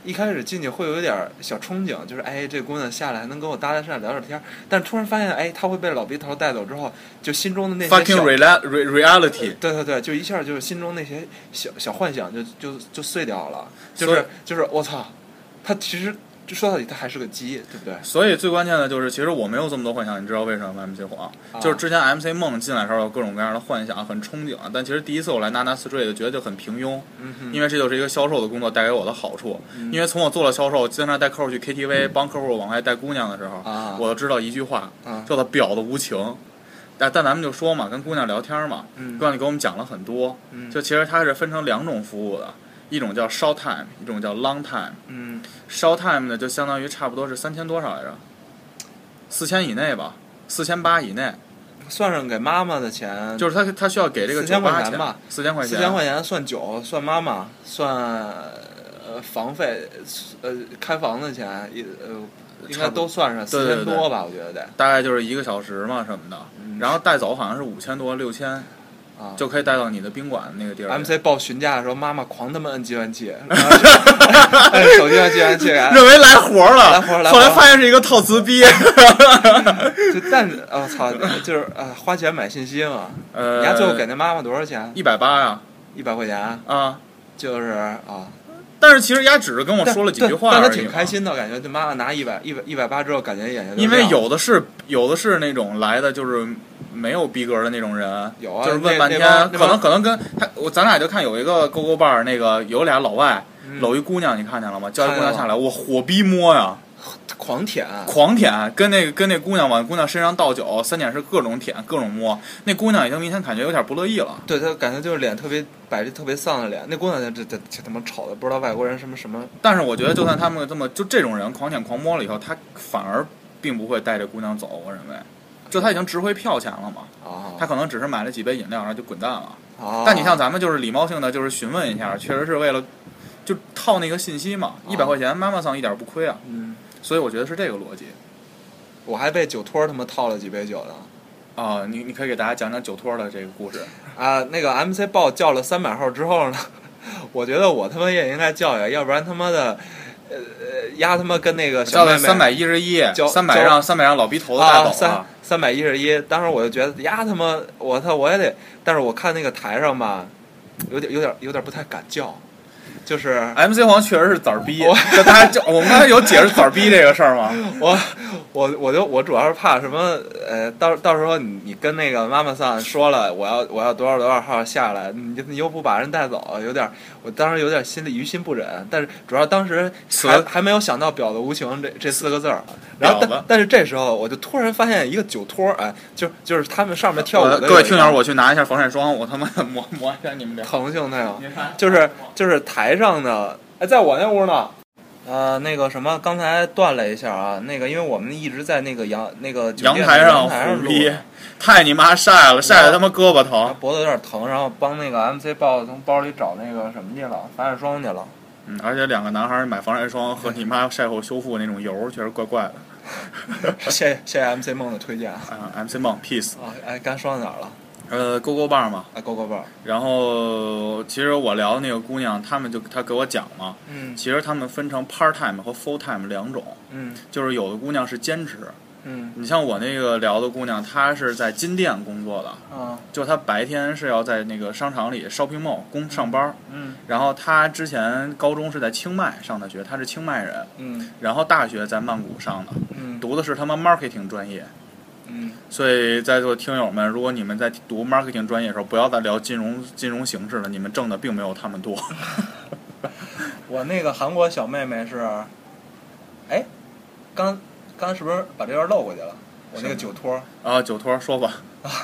一开始进去会有点小憧憬，就是哎，这姑娘下来能跟我搭搭讪聊聊天，但是突然发现，哎，她会被老鼻头带走之后，就心中的那些
fucking reality，
对对对，就一下就是心中那些小小幻想就就就碎掉了，就是就是我操，他其实就说到底他还是个鸡，对不对？
所以最关键的就是，其实我没有这么多幻想，你知道为什么吗 ？M C 黄、啊、就是之前 M C 梦进来的时候有各种各样的幻想，很憧憬，但其实第一次我来 Nana Street 觉得就很平庸，
嗯、
因为这就是一个销售的工作带给我的好处。嗯、因为从我做了销售，经常带客户去 K T V，、嗯、帮客户往外带姑娘的时候，
啊、
我就知道一句话，
啊、
叫做婊子无情。但但咱们就说嘛，跟姑娘聊天嘛，
嗯、
姑娘给我们讲了很多，
嗯、
就其实它是分成两种服务的。一种叫 short time， 一种叫 long time。
嗯
，short time 呢就相当于差不多是三千多少来着？四千以内吧，四千八以内。
算上给妈妈的钱，
就是他他需要给这个
四千块钱吧，
四千块钱。
四千块钱算酒，算妈妈，算呃房费，呃开房的钱，呃应该都算上四千多吧，我觉得得。
大概就是一个小时嘛什么的，
嗯、然
后带走好像是五千多六千。
啊，
就可以带到你的宾馆那个地儿。
M C 报询价的时候，妈妈狂他妈摁计算器，按手机按计算器，
认为来活了，
来活了。
后来发现是一个套词逼。
就但是，我、哦、操，就是啊，花钱买信息嘛。
呃，
你家最后给那妈妈多少钱？
一百八呀，
一百块钱
啊，
就是啊。
但是其实丫只是跟我说了几句话而已，
但他挺开心的，感觉这妈妈拿一百一百一百八之后，感觉眼睛
因为有的是有的是那种来的就是没有逼格的那种人，
有啊，
就是问半天，可能可能跟他我咱俩就看有一个勾勾伴那个有俩老外、嗯、搂一姑娘，你看见了吗？叫一姑娘下来，我火逼摸呀。
狂舔，
狂舔，跟那个跟那姑娘往姑娘身上倒酒，三点式各种舔，各种摸。那姑娘已经明显感觉有点不乐意了。
对，她感觉就是脸特别摆着特别丧的脸。那姑娘这这这他妈吵的，不知道外国人什么什么。
但是我觉得，就算他们这么就这种人狂舔狂摸了以后，他反而并不会带着姑娘走。我认为，就他已经值回票钱了嘛。
啊，
他可能只是买了几杯饮料，然后就滚蛋了。
啊，
但你像咱们就是礼貌性的，就是询问一下，确实是为了就套那个信息嘛。一百块钱，妈妈桑一点不亏啊。
嗯。
所以我觉得是这个逻辑。
我还被酒托他妈套了几杯酒呢。
啊、呃，你你可以给大家讲讲酒托的这个故事
啊。那个 M C 报叫了三百号之后呢，我觉得我他妈也应该叫呀，要不然他妈的，呃呃，丫他妈跟那个小妹妹
三百一十一，三百让三百让老逼头子带走
啊，三三百一十一。当时我就觉得丫他妈，我操我也得，但是我看那个台上吧，有点有点有点不太敢叫。就是
M C 黄确实是崽儿逼，就大家就我们刚才有解释崽儿逼这个事儿吗？
我我我就我主要是怕什么？呃，到到时候你你跟那个妈妈桑说了，我要我要多少多少号下来，你你又不把人带走，有点我当时有点心里于心不忍。但是主要当时还还没有想到婊子无情这这四个字儿。然后但但是这时候我就突然发现一个酒托，哎，就就是他们上面跳舞的
各位听友，我去拿一下防晒霜，我他妈抹抹一下你们这
疼性那样，就是就是台上的哎，在我那屋呢。呃，那个什么，刚才断了一下啊。那个，因为我们一直在那个阳那个
阳台上虎逼，太你妈晒了，晒得他妈胳膊疼，
脖子有点疼，然后帮那个 M C 豹从包里找那个什么去了，防晒霜去了。
嗯，而且两个男孩买防晒霜和你妈晒后修复那种油，确实怪怪的。
谢谢谢谢 M C 梦的推荐啊
，M C 梦 peace
啊，哎，刚说到哪儿了？
呃，勾勾棒嘛，
啊，勾勾棒。
然后其实我聊的那个姑娘，他们就她给我讲嘛，
嗯，
其实他们分成 part time 和 full time 两种，
嗯，
就是有的姑娘是兼职，
嗯，
你像我那个聊的姑娘，她是在金店工作的，
啊，
就她白天是要在那个商场里 shopping mall 工上班，
嗯，
然后她之前高中是在清迈上的学，她是清迈人，
嗯，
然后大学在曼谷上的，
嗯，
读的是他妈 marketing 专业。
嗯，
所以在座听友们，如果你们在读 marketing 专业的时候，不要再聊金融金融形势了，你们挣的并没有他们多。
我那个韩国小妹妹是，哎，刚刚是不是把这段漏过去了？我那个酒托
啊，酒托说吧。啊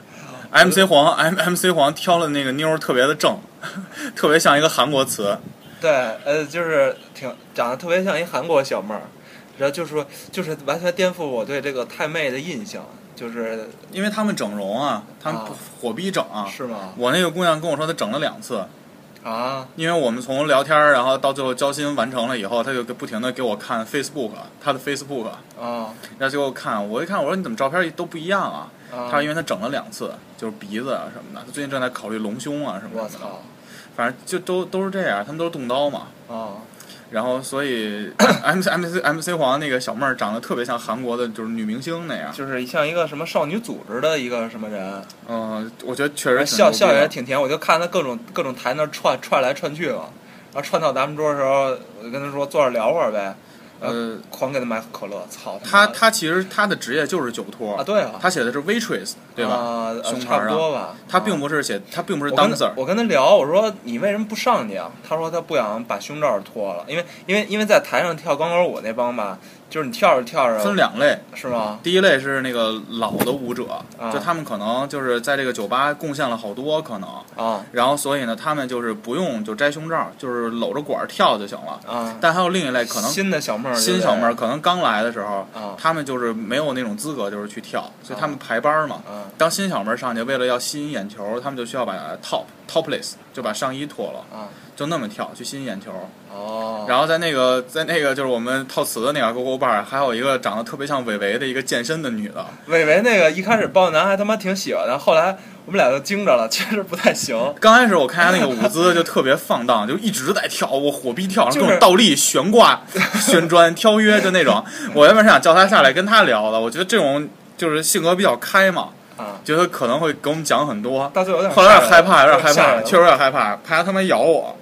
M C 黄 M M C 黄挑了那个妞特别的正，特别像一个韩国词。
对，呃，就是挺长得特别像一韩国小妹儿。然后就是说，就是完全颠覆我对这个太妹的印象，就是
因为他们整容啊，他们火逼整啊，
是吗？
我那个姑娘跟我说，她整了两次，
啊，
因为我们从聊天，然后到最后交心完成了以后，她就不停的给我看 Facebook， 她的 Facebook，
啊，
然后就给我看，我一看，我说你怎么照片都不一样啊？
啊
她说因为她整了两次，就是鼻子啊什么的，她最近正在考虑隆胸啊什么的。
我操，
反正就都都是这样，他们都是动刀嘛。
啊。
然后所以 M C M C M C 黄那个小妹儿长得特别像韩国的就是女明星那样，
就是像一个什么少女组织的一个什么人。
嗯、呃，我觉得确实
笑笑也挺甜，我就看他各种各种台那串串来串去嘛，然后串到咱们桌的时候，我就跟他说坐着聊会儿呗。呃，狂给他买可乐，操
他！他其实他的职业就是酒托
啊，对啊，
他写的是 waitress， 对吧？
啊，
胸牌
差不多吧。
他并不是写，他并不是 dancer。
我跟他聊，我说你为什么不上去啊？他说他不想把胸罩脱了，因为因为因为在台上跳钢管舞那帮吧，就是你跳着跳着
分两类，
是吗？
第一类是那个老的舞者，
啊、
就他们可能就是在这个酒吧贡献了好多可能
啊，
然后所以呢，他们就是不用就摘胸罩，就是搂着管跳就行了
啊。
但还有另一类可能
新的小妹儿，
新小妹儿可能刚来的时候，
啊，
他们就是没有那种资格，就是去跳，所以他们排班嘛。
啊，
当新小妹儿上去，为了要吸引眼球，他们就需要把 top topless 就把上衣脱了，
啊，
就那么跳去吸引眼球。
哦，
然后在那个在那个就是我们套词的那个 Go Go Bar， 还有一个长得特别像伟伟的一个健身的女的。
伟伟那个一开始包男还他妈挺喜欢的，后来我们俩就惊着了，其实不太行。
刚开始我看他那个舞姿就特别放荡，就一直在跳，我火逼跳，
就是
各种倒立、悬挂、旋转、挑约，就那种。我原本是想叫他下来跟他聊的，我觉得这种就是性格比较开嘛。
啊，
觉得可能会给我们讲很多，
到最后有点
后来有点害怕，有点害怕，确实有点害怕，怕他他妈咬我。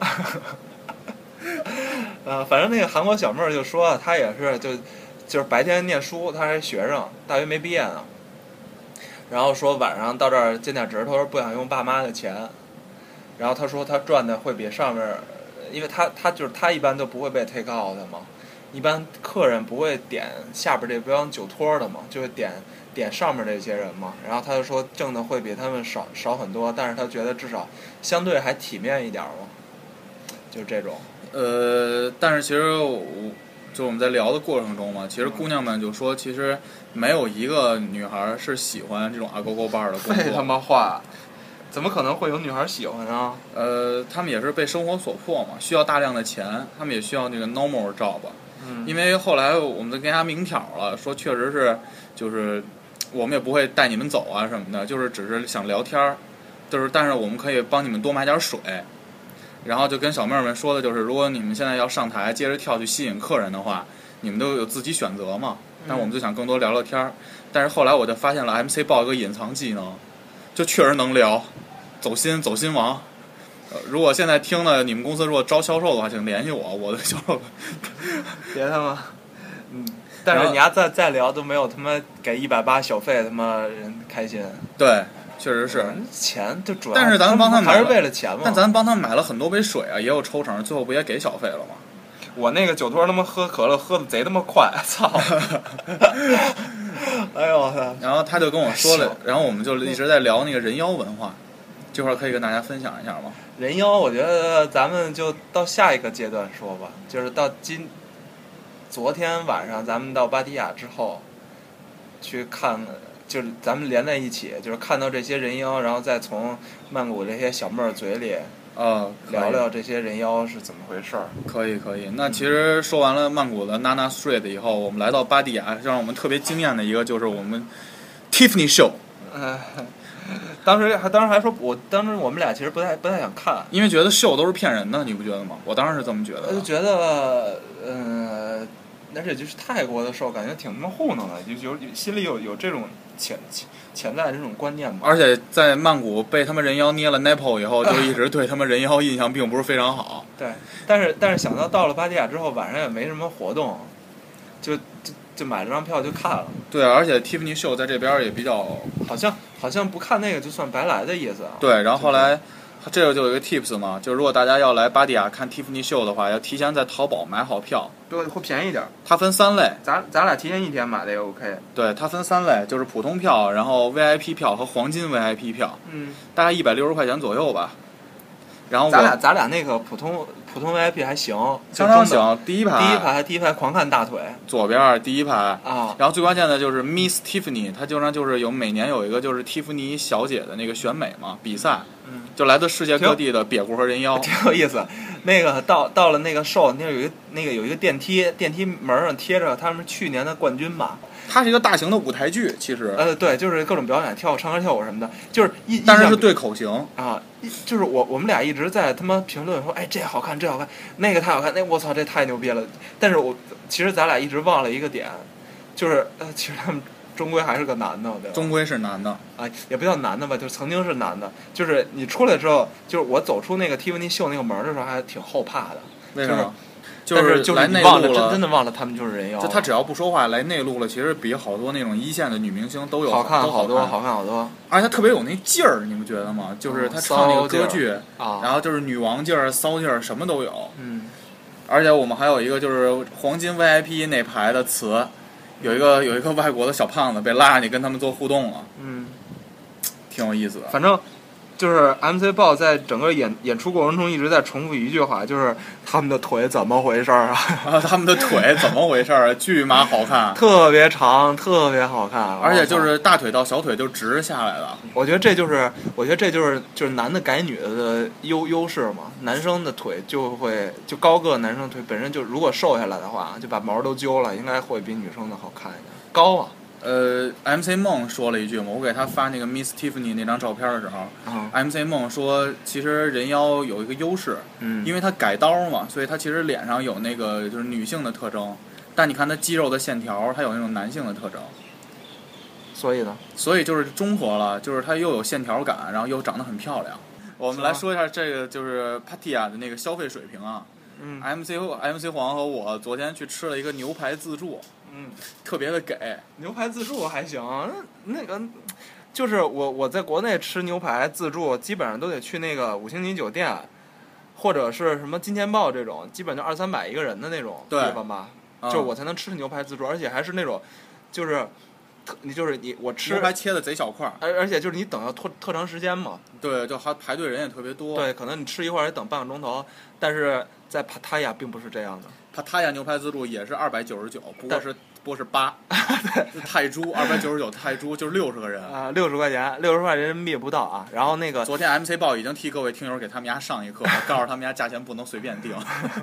呃，反正那个韩国小妹儿就说，她也是就就是白天念书，她还是学生，大学没毕业呢。然后说晚上到这儿兼点职，她说不想用爸妈的钱。然后她说她赚的会比上面，因为她她就是她一般都不会被 take out 的嘛，一般客人不会点下边这帮酒托的嘛，就会点。点上面这些人嘛，然后他就说挣的会比他们少少很多，但是他觉得至少相对还体面一点嘛，就是这种。
呃，但是其实我就我们在聊的过程中嘛，其实姑娘们就说，其实没有一个女孩是喜欢这种阿勾勾 bar 的工作。
废他妈话，怎么可能会有女孩喜欢呢？
呃，他们也是被生活所迫嘛，需要大量的钱，他们也需要那个 normal job。
嗯，
因为后来我们都给人家明挑了，说确实是就是。我们也不会带你们走啊什么的，就是只是想聊天儿，就是但是我们可以帮你们多买点水，然后就跟小妹们说的就是，如果你们现在要上台接着跳去吸引客人的话，你们都有自己选择嘛。但我们就想更多聊聊天儿，但是后来我就发现了 M C 报一个隐藏技能，就确实能聊，走心走心王。呃，如果现在听了你们公司如果招销售的话，请联系我，我的销售。
别他妈，嗯。但是你丫再再聊都没有他妈给一百八小费他妈人开心。
对，确实是。
嗯、钱就主要。
但是咱们帮他
还是为了钱嘛。
但咱帮他买了很多杯水啊，也有抽成，最后不也给小费了吗？
我那个酒托他妈喝可乐喝的贼他妈快，操！哎呦我操！
然后他就跟我说了，然后我们就一直在聊那个人妖文化，这块可以跟大家分享一下吗？
人妖，我觉得咱们就到下一个阶段说吧，就是到今。昨天晚上咱们到芭提雅之后，去看，就是咱们连在一起，就是看到这些人妖，然后再从曼谷这些小妹儿嘴里，
呃，
聊聊这些人妖是怎么回事儿。
可以可以，那其实说完了曼谷的 Nana Street 以后，我们来到芭提雅，让我们特别惊艳的一个就是我们 Tiffany Show。
嗯、呃，当时还当时还说，我当时我们俩其实不太不太想看，
因为觉得秀都是骗人的，你不觉得吗？我当时是这么觉得的。
就觉得，嗯、呃。而且就是泰国的时候，感觉挺他妈糊弄的，就有心里有有这种潜潜在的这种观念吧。
而且在曼谷被他们人妖捏了 nipple 以后，就一直对他们人妖印象并不是非常好。
对，但是但是想到到了芭提雅之后，晚上也没什么活动，就就就买了张票就看了。
对，而且 Tiffany Show 在这边也比较，
好像好像不看那个就算白来的意思啊。
对，然后后来。这个就有一个 tips 嘛，就是如果大家要来芭提雅看 Tiffany 秀的话，要提前在淘宝买好票，
对，会便宜点。
它分三类，
咱咱俩提前一天买的也 OK。
对，它分三类，就是普通票，然后 V I P 票和黄金 V I P 票，
嗯，
大概一百六十块钱左右吧。然后
咱俩咱俩那个普通普通 V I P 还行，
相当行，第一排
第一排第一排狂看大腿，
左边第一排
啊。
然后最关键的就是 Miss Tiffany， 它经常就是有每年有一个就是蒂芙尼小姐的那个选美嘛比赛。
嗯，
就来自世界各地的瘪骨和人妖，
挺有意思。那个到到了那个 show，那有一个那个有一个电梯，电梯门上贴着他们去年的冠军吧，
它是一个大型的舞台剧，其实
呃对，就是各种表演，跳舞、唱歌、跳舞什么的，就是一
但是是对口型
啊，就是我我们俩一直在他妈评论说，哎这好看这好看，那个太好看，那我操这太牛逼了。但是我其实咱俩一直忘了一个点，就是呃其实他们终归还是个男的，对吧？
终归是男的
啊，也不叫男的吧，就曾经是男的。就是你出来之后，就是我走出那个 Tiffany 秀那个门的时候，还挺后怕的。
为什么？
就是
就是来内
陆了，
陆
真真的忘了他们就是人妖。
就他只要不说话来内陆了，其实比好多那种一线的女明星都有
好看
好
多，好看好多。
而且他特别有那劲儿，你不觉得吗？就是他唱那个歌剧，
啊、
然后就是女王劲儿、骚劲儿，什么都有。
嗯。
而且我们还有一个就是黄金 V I P 那排的词，有一个有一个外国的小胖子被拉上去跟他们做互动了。
嗯，
挺有意思的。
反正。就是 M C 豹在整个演演出过程中一直在重复一句话，就是他们的腿怎么回事啊？
啊，他们的腿怎么回事啊？巨妈好看，
特别长，特别好看，
而且就是大腿到小腿就直下来了。
我觉得这就是，我觉得这就是就是男的改女的的优优势嘛。男生的腿就会就高个男生腿本身就如果瘦下来的话，就把毛都揪了，应该会比女生的好看一点。高啊。
呃 ，M C 梦说了一句嘛，我给他发那个 Miss Tiffany 那张照片的时候、
嗯、
，M C 梦说，其实人妖有一个优势，
嗯，
因为他改刀嘛，所以他其实脸上有那个就是女性的特征，但你看他肌肉的线条，他有那种男性的特征，
所以呢，
所以就是中和了，就是他又有线条感，然后又长得很漂亮。我们来说一下这个就是 Pattaya 的那个消费水平啊，
嗯
，M C M C 黄和我昨天去吃了一个牛排自助。
嗯，
特别的给
牛排自助还行，那个就是我我在国内吃牛排自助，基本上都得去那个五星级酒店，或者是什么金钱豹这种，基本就二三百一个人的那种地方吧，就是我才能吃牛排自助，而且还是那种，就是你就是你我吃
牛排切的贼小块，
而而且就是你等要特特长时间嘛，
对，就还排队人也特别多，
对，可能你吃一会儿也等半个钟头，但是在帕塔亚并不是这样的。
帕塔亚牛排自助也是二百九十九，不过是不过是八，泰铢二百九十九泰铢就是六十个人
啊，六十块钱，六十块人民币不到啊。然后那个
昨天 M C 报已经替各位听友给他们家上一课，告诉他们家价钱不能随便定。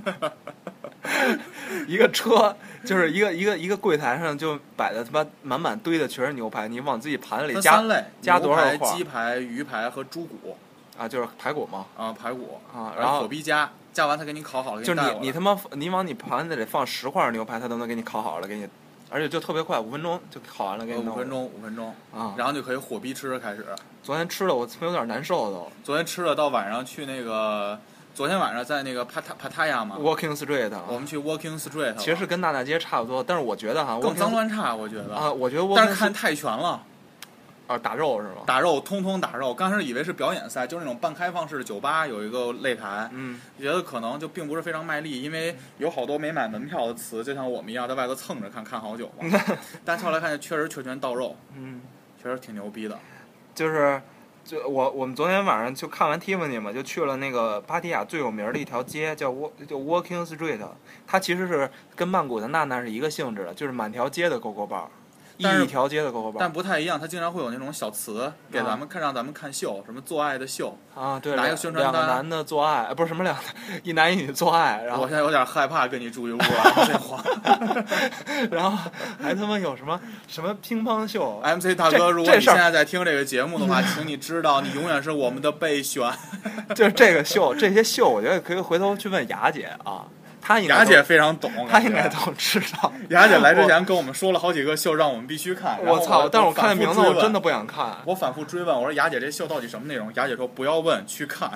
一个车就是一个一个一个柜台上就摆的他妈满满堆的全是牛排，你往自己盘子里加
三类，
加多少块？
鸡排、鱼排和猪骨
啊，就是排骨嘛
啊，排骨
啊，然后
火逼加。加完他给你烤好了，
就是你你他妈你往你盘子里放十块牛排，他都能给你烤好了，给你，而且就特别快，五分钟就烤完了，给你弄。
五分钟，五分钟
啊，
然后就可以火逼吃开始。
昨天吃了，我他妈有点难受都。
昨天吃了到晚上去那个，昨天晚上在那个帕塔帕塔亚嘛
，Walking Street，
我们去 Walking Street，
其实是跟大大街差不多，但是我觉得哈，
更脏乱差，我觉得
啊，我觉得，
但是看泰拳了。
啊，打肉是吗？
打肉，通通打肉。刚开始以为是表演赛，就是那种半开放式的酒吧，有一个擂台，
嗯，
觉得可能就并不是非常卖力，因为有好多没买门票的词，就像我们一样在外头蹭着看看好久嘛。但后来看见确实拳拳到肉，
嗯，
确实挺牛逼的。
就是，就我我们昨天晚上就看完 Tiffany 嘛，就去了那个芭提雅最有名的一条街，叫 Walk 叫 Walking Street， 它其实是跟曼谷的娜娜是一个性质的，就是满条街的勾勾包。一条街的勾勾包，
但不太一样，它经常会有那种小词给咱们看，让咱们看秀，什么做爱的秀
啊，对，
拿一个宣传单，
两个男的做爱，不是什么两个一男一女做爱，然后
我现在有点害怕跟你住一屋啊，这话，
然后还他妈有什么什么乒乓秀
，M C 大哥，如果你现在在听这个节目的话，请你知道，你永远是我们的备选，
就是这个秀，这些秀，我觉得可以回头去问雅姐啊。他
雅姐非常懂，
他应该都知道。
雅姐来之前跟我们说了好几个秀，让我们必须看。
我操！但是我看
那
名字，我真的不想看。
我反复追问，我说雅姐这秀到底什么内容？雅姐说不要问，去看。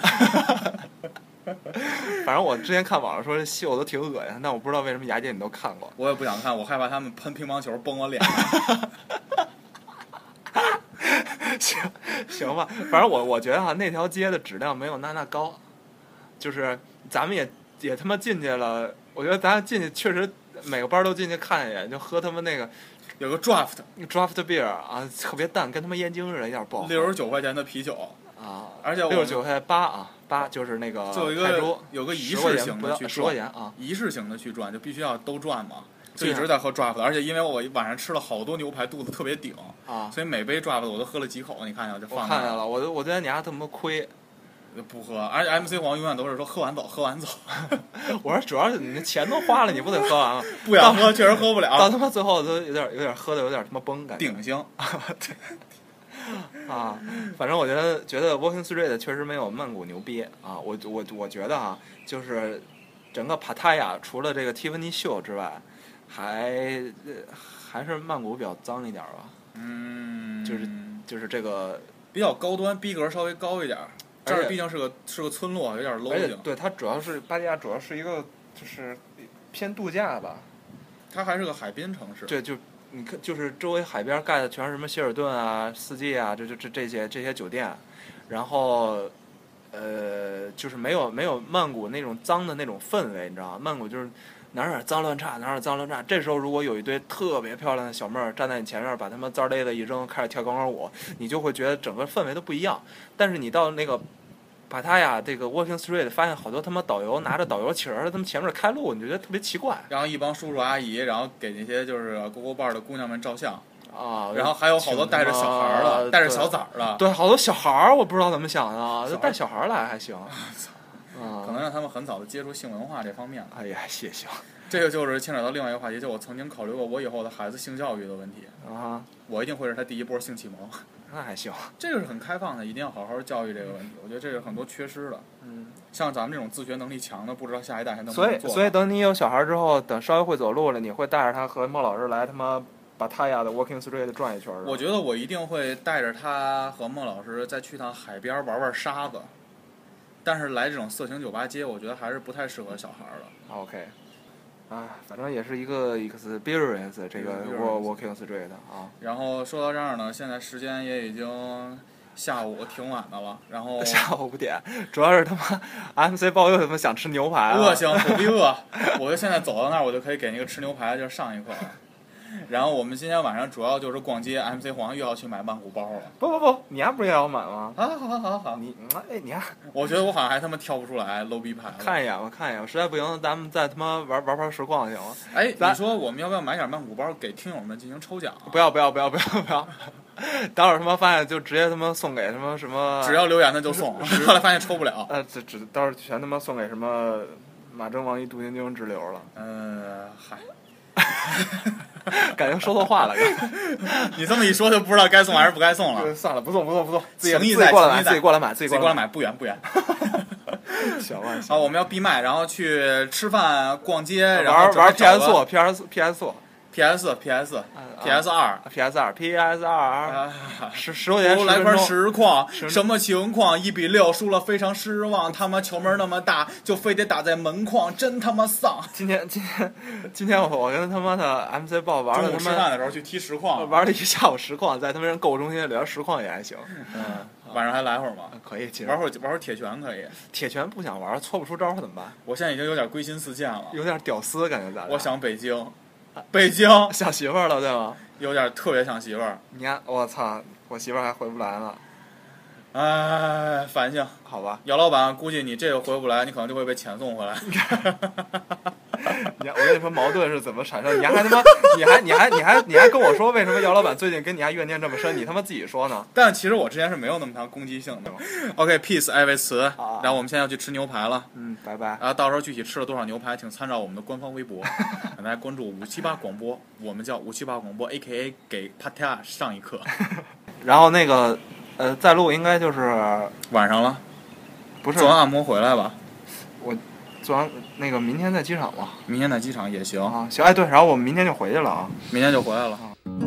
反正我之前看网上说这秀都挺恶心，但我不知道为什么雅姐你都看过。
我也不想看，我害怕他们喷乒乓球崩我脸。
行行吧，反正我我觉得哈，那条街的质量没有娜娜高，就是咱们也。也他妈进去了，我觉得咱进去确实每个班都进去看一眼，就喝他们那个
有个 draft
draft beer 啊，特别淡，跟他妈燕京似的，一点不好喝。
六十九块钱的啤酒
啊，
而且
六十九块八啊，八就是那个
就有一个有个仪式型的去
十块钱啊，
仪式型的去转，就必须要都转嘛。就一直在喝 draft， 而且因为我晚上吃了好多牛排，肚子特别顶
啊，
所以每杯 draft 我都喝了几口。你看见我就放。
我看见了，我我觉得你还特么亏。
不喝，而且 M C 黄永远都是说喝完走，喝完走。
我说主要是你钱都花了，你不得喝完吗？
不想喝，确实喝不了。
到他妈最后都有点有点喝的有点他妈崩感觉。
顶性。
啊，反正我觉得觉得 Walking Street 确实没有曼谷牛逼啊。我我我觉得啊，就是整个帕塔亚除了这个 Tiffany 秀之外，还还是曼谷比较脏一点吧。
嗯，
就是就是这个
比较高端，逼格稍微高一点。这儿毕竟是个是个村落，有点 low 型。
对，它主要是巴提亚主要是一个就是偏度假吧。
它还是个海滨城市。
对，就你看，就是周围海边盖的全是什么希尔顿啊、四季啊，这就这这些这些酒店，然后呃，就是没有没有曼谷那种脏的那种氛围，你知道吗？曼谷就是哪哪脏乱差，哪哪脏乱差。这时候如果有一堆特别漂亮的小妹儿站在你前面，把他们簪勒子一扔，开始跳钢管舞，你就会觉得整个氛围都不一样。但是你到那个帕塔亚这个 Walking Street， 发现好多他妈导游拿着导游旗儿，他们前面开路，你就觉得特别奇怪。
然后一帮叔叔阿姨，然后给那些就是勾勾伴的姑娘们照相
啊，
然后还有好多带着小孩的，带着小崽儿的，
对，好多小孩儿，我不知道怎么想的，就带小孩来还行。
可能让他们很早的接触性文化这方面。
哎呀，谢谢。
这个就是牵扯到另外一个话题，就我曾经考虑过我以后的孩子性教育的问题
啊，
我一定会是他第一波性启蒙。
那还行，
这个是很开放的，一定要好好教育这个问题。我觉得这是很多缺失的。
嗯，
像咱们这种自学能力强的，不知道下一代还能不
所
能做。
以，所以等你有小孩之后，等稍微会走路了，你会带着他和孟老师来他妈把塔亚的 Walking Street 转一圈。
我觉得我一定会带着他和孟老师再去趟海边玩玩沙子。但是来这种色情酒吧街，我觉得还是不太适合小孩的。
OK。啊，反正也是一个 experience 这个 Walking Street 啊。
然后说到这儿呢，现在时间也已经下午挺晚的了。然后
下午五点，主要是他妈 M C 报又他妈想吃牛排了。
饿行，我必饿。我就现在走到那儿，我就可以给那个吃牛排就上一课了。然后我们今天晚上主要就是逛街 ，M C 黄又要去买曼谷包了。
不不不，你还不是也要买吗？
啊，好好好好，
你哎你还，
我觉得我好像还他妈跳不出来 low 逼牌了。
看一眼吧，看一眼，实在不行咱们再他妈玩玩盘实况行吗？
哎，你说我们要不要买点曼谷包给听友们进行抽奖、啊？
不要不要不要不要不要！待会儿他妈发现就直接他妈送给什么什么，
只要留言的就送。后来发现抽不了。
呃，只只到时候全他妈送给什么马征王一杜晶晶之流了。
呃，嗨。
感觉说错话了，
你这么一说就不知道该送还是不该送了。
算了，不送不送不送，自己
情谊
在，自己过来买，自己过来
买，不远不远。
小万，
好，我们要闭麦，然后去吃饭、逛街，然
后
玩
玩 P S 四 P S P S 四
P S P S P S 二
P S 二 P S 二十十块钱，
来块实况，什么情况？一比六输了，非常失望。他妈球门那么大，就非得打在门框，真他妈丧。
今天今天今天我我跟他妈的 M C 报玩了，他妈
吃饭的时候去踢实况，
玩了一下午实况，在他们人购物中心聊实况也还行。
嗯，晚上还来会儿吗？
可以，
玩会儿玩会儿铁拳可以。
铁拳不想玩，搓不出招怎么办？
我现在已经有点归心似箭了，
有点屌丝感觉咱俩。
我想北京。北京
想媳妇儿了，对吗？
有点特别想媳妇儿。
你看，我操，我媳妇儿还回不来呢。
哎，烦性。
好吧，
姚老板，估计你这个回不来，你可能就会被遣送回来。
你我跟你说，矛盾是怎么产生？你还他妈，你还你还你还你还跟我说，为什么姚老板最近跟你还怨念这么深？你他妈自己说呢？
但其实我之前是没有那么强攻击性的。OK，peace， 艾维茨。然后我们现在要去吃牛排了。
嗯，拜拜。
然后到时候具体吃了多少牛排，请参照我们的官方微博，大家关注五七八广播，我们叫五七八广播 ，A K A 给帕特亚上一课。
然后那个呃，在录应该就是
晚上了，
不是
做完按摩回来吧？
我做完那个明天在机场嘛，
明天在机场也行
啊，行哎对，然后我们明天就回去了啊，
明天就回来了。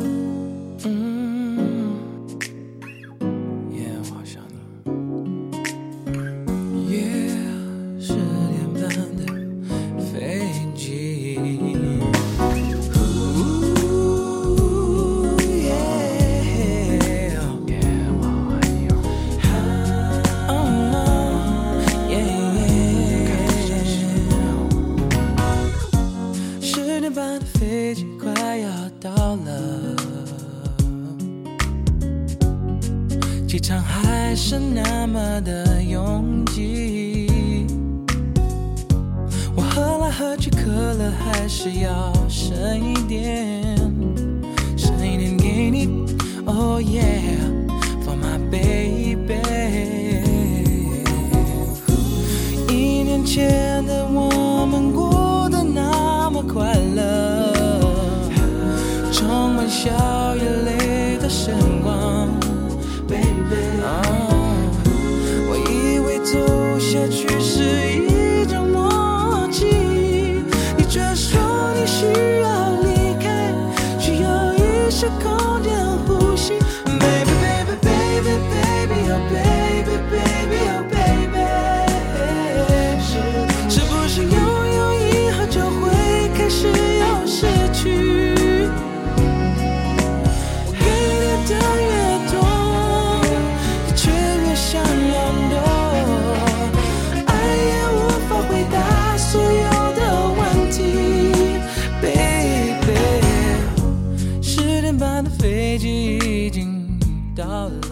机场还是那么的拥挤，我喝来喝去，可乐还是要剩一点，剩一点给你 Oh yeah For my baby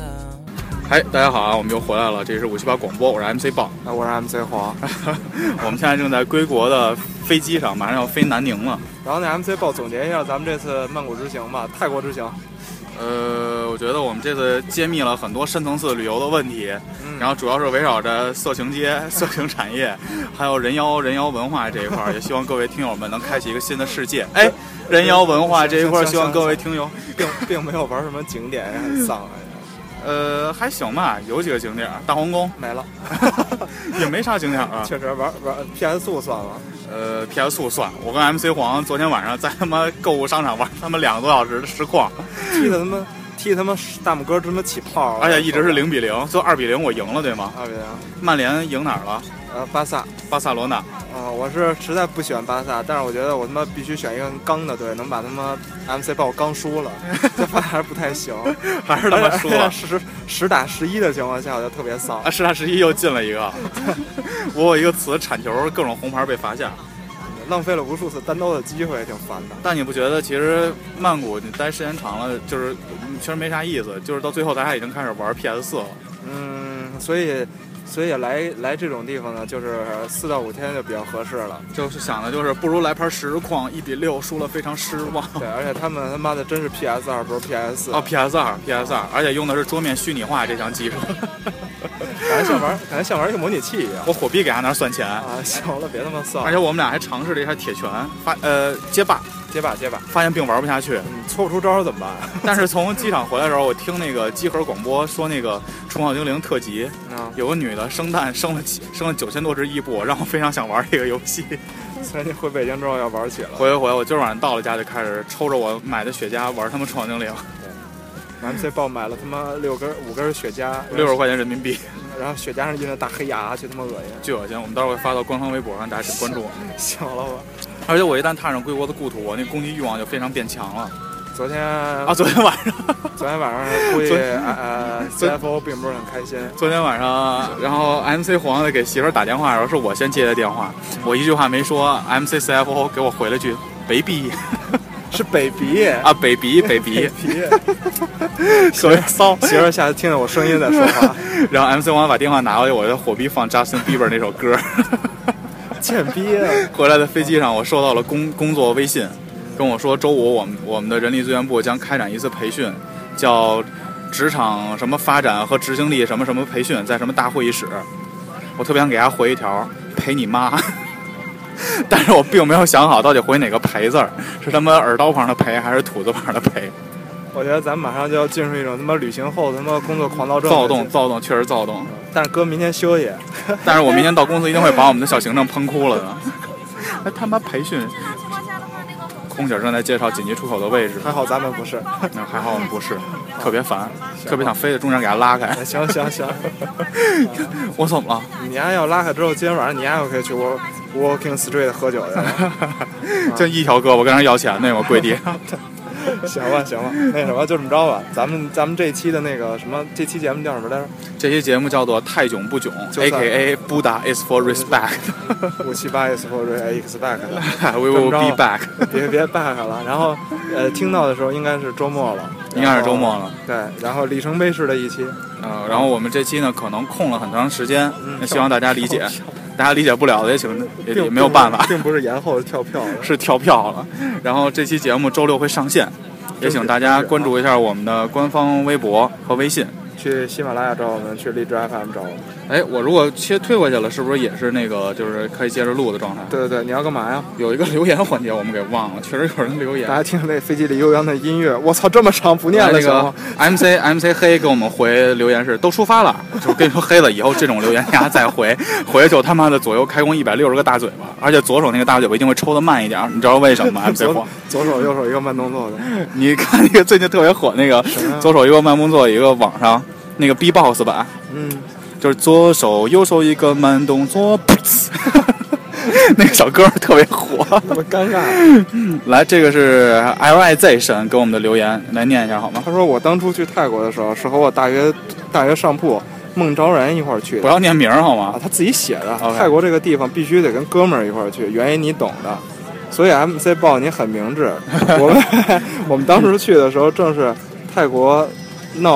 嗨，大家好啊，我们又回来了，这是五七八广播，我是 M C 豹，
啊，我是 M C 黄。
我们现在正在归国的飞机上，马上要飞南宁了。
然后那 M C 豹总结一下咱们这次曼谷之行吧，泰国之行。
呃，我觉得我们这次揭秘了很多深层次旅游的问题，
嗯、
然后主要是围绕着色情街、色情产业，还有人妖人妖文化这一块，也希望各位听友们能开启一个新的世界。哎，人妖文化这一块，希望各位听友
并并没有玩什么景点，也很丧啊。
呃，还行吧，有几个景点，大皇宫
没了，
也没啥景点啊。
确实玩玩 P S 四算了，
呃 ，P S 四算。我跟 M C 黄昨天晚上在他妈购物商场玩他妈两个多小时的实况，
踢的他妈踢他妈大拇哥他妈起泡，
而且一直是零比零，就二比零我赢了，对吗？
二比零。
曼联赢哪儿了？
呃，巴萨，
巴塞罗那。
啊、呃，我是实在不喜欢巴萨，但是我觉得我他妈必须选一个刚的队，能把他妈 M C 把我刚输了，这发现还是不太行，
还是他妈输了。
十十打十一的情况下，我就特别丧。
啊，十打十一又进了一个，我有一个词铲球，各种红牌被罚下，
浪费了无数次单刀的机会，挺烦的。
但你不觉得其实曼谷你待时间长了，就是确实没啥意思，就是到最后大家已经开始玩 P S 四了。
嗯，所以。所以来来这种地方呢，就是四到五天就比较合适了。
就是想的就是不如来盘实况，一比六输了非常失望。
对，而且他们他妈的真是 P S 二，不是 P S 四。
哦 ，P S 二 ，P S 二，而且用的是桌面虚拟化这项技术，
感觉像玩，感觉像玩一个模拟器一样。
我火逼给他那儿算钱
啊！行了，别他妈算了。
而且我们俩还尝试了一下铁拳，发呃街霸。
街霸街霸，
发现并玩不下去，
嗯，搓不出招怎么办？
但是从机场回来的时候，我听那个机核广播说，那个《宠物小精灵》特辑，
啊，
有个女的生蛋生了生了九千多只伊布，让我非常想玩这个游戏。
所以你回北京之后要玩起了。
回回我今儿晚上到了家就开始抽着我买的雪茄玩他们《宠物精灵》。
对 ，M C 豹买了他妈六根五根雪茄，
六十块钱人民币。
然后雪茄上印着大黑牙，就他妈恶心，
巨恶心。我们到时候会发到官方微博，让大家请关注。
行了吧。
而且我一旦踏上归国的故土，我那攻击欲望就非常变强了。
昨天
啊，昨天晚上，
昨天晚上估计呃 C F O 并不是很开心。
昨天晚上，然后 M C 黄的给媳妇儿打电话，然后是我先接的电话，我一句话没说 ，M C C F O 给我回了句 “baby”，
是北鼻
啊，北鼻北鼻，
特别骚。媳妇儿下次听着我声音再说话。
然后 M C 黄把电话拿过去，我就火逼放 Justin Bieber 那首歌。
贱逼啊！
回来的飞机上，我收到了工工作微信，跟我说周五我们我们的人力资源部将开展一次培训，叫职场什么发展和执行力什么什么培训，在什么大会议室。我特别想给他回一条陪你妈，但是我并没有想好到底回哪个陪字儿，是他妈耳刀旁的陪还是土字旁的陪。
我觉得咱们马上就要进入一种他妈旅行后他妈工作狂躁症，
躁动躁动，确实躁动。
但是哥明天休息，
但是我明天到公司一定会把我们的小行政喷哭了的。哎，他妈培训，空姐正在介绍紧急出口的位置。
还好咱们不是，
那还好我们不是，特别烦，特别想飞在中间给他拉开。
行行行，
我怎么了？
你丫要拉开之后，今天晚上你丫又可以去我 Walking Street 喝酒去了，
就一条胳膊跟人要钱那我跪地。
行吧行吧，那什么就这么着吧。咱们咱们这期的那个什么，这期节目叫什么来着？
这期节目叫做太囧不囧 ，A K A Buddha is for respect。
五七八 is for expect。We
will be back。
别别 back 了。然后呃，听到的时候应该是周末了，
应该是周末了。
对，然后里程碑式的一期。
呃，然后我们这期呢可能空了很长时间，
嗯、
希望大家理解。大家理解不了的也请也也没有办法，
并不是延后，是跳票了，
是跳票了。然后这期节目周六会上线，也请大家关注一下我们的官方微博和微信。
去喜马拉雅找我们，去荔枝 F M 找我们。
哎，我如果切推过去了，是不是也是那个就是可以接着录的状态？
对对对，你要干嘛呀？
有一个留言环节我们给忘了，确实有人留言。
大家听那飞机里悠扬的音乐，我操，这么长不念了。
那个 M C M C 黑给我们回留言是都出发了，就跟你说黑了以后这种留言大家再回，回就他妈的左右开弓一百六十个大嘴巴，而且左手那个大嘴巴一定会抽得慢一点，你知道为什么吗 ？M C 黄
左手右手一个慢动作的。
你看那个最近特别火那个左手一个慢动作，一个网上。那个 B-box 版，
嗯，
就是左手右手一个慢动作，那个小哥特别火，
特别尴尬。
来，这个是 L I Z 神给我们的留言，来念一下好吗？
他说我当初去泰国的时候是和我大学大学上铺孟昭然一块儿去的，
不要念名好吗？
啊，他自己写的。
Okay.
泰国这个地方必须得跟哥们儿一块儿去，原因你懂的。所以 M C 报你很明智。我们我们当时去的时候正是泰国闹。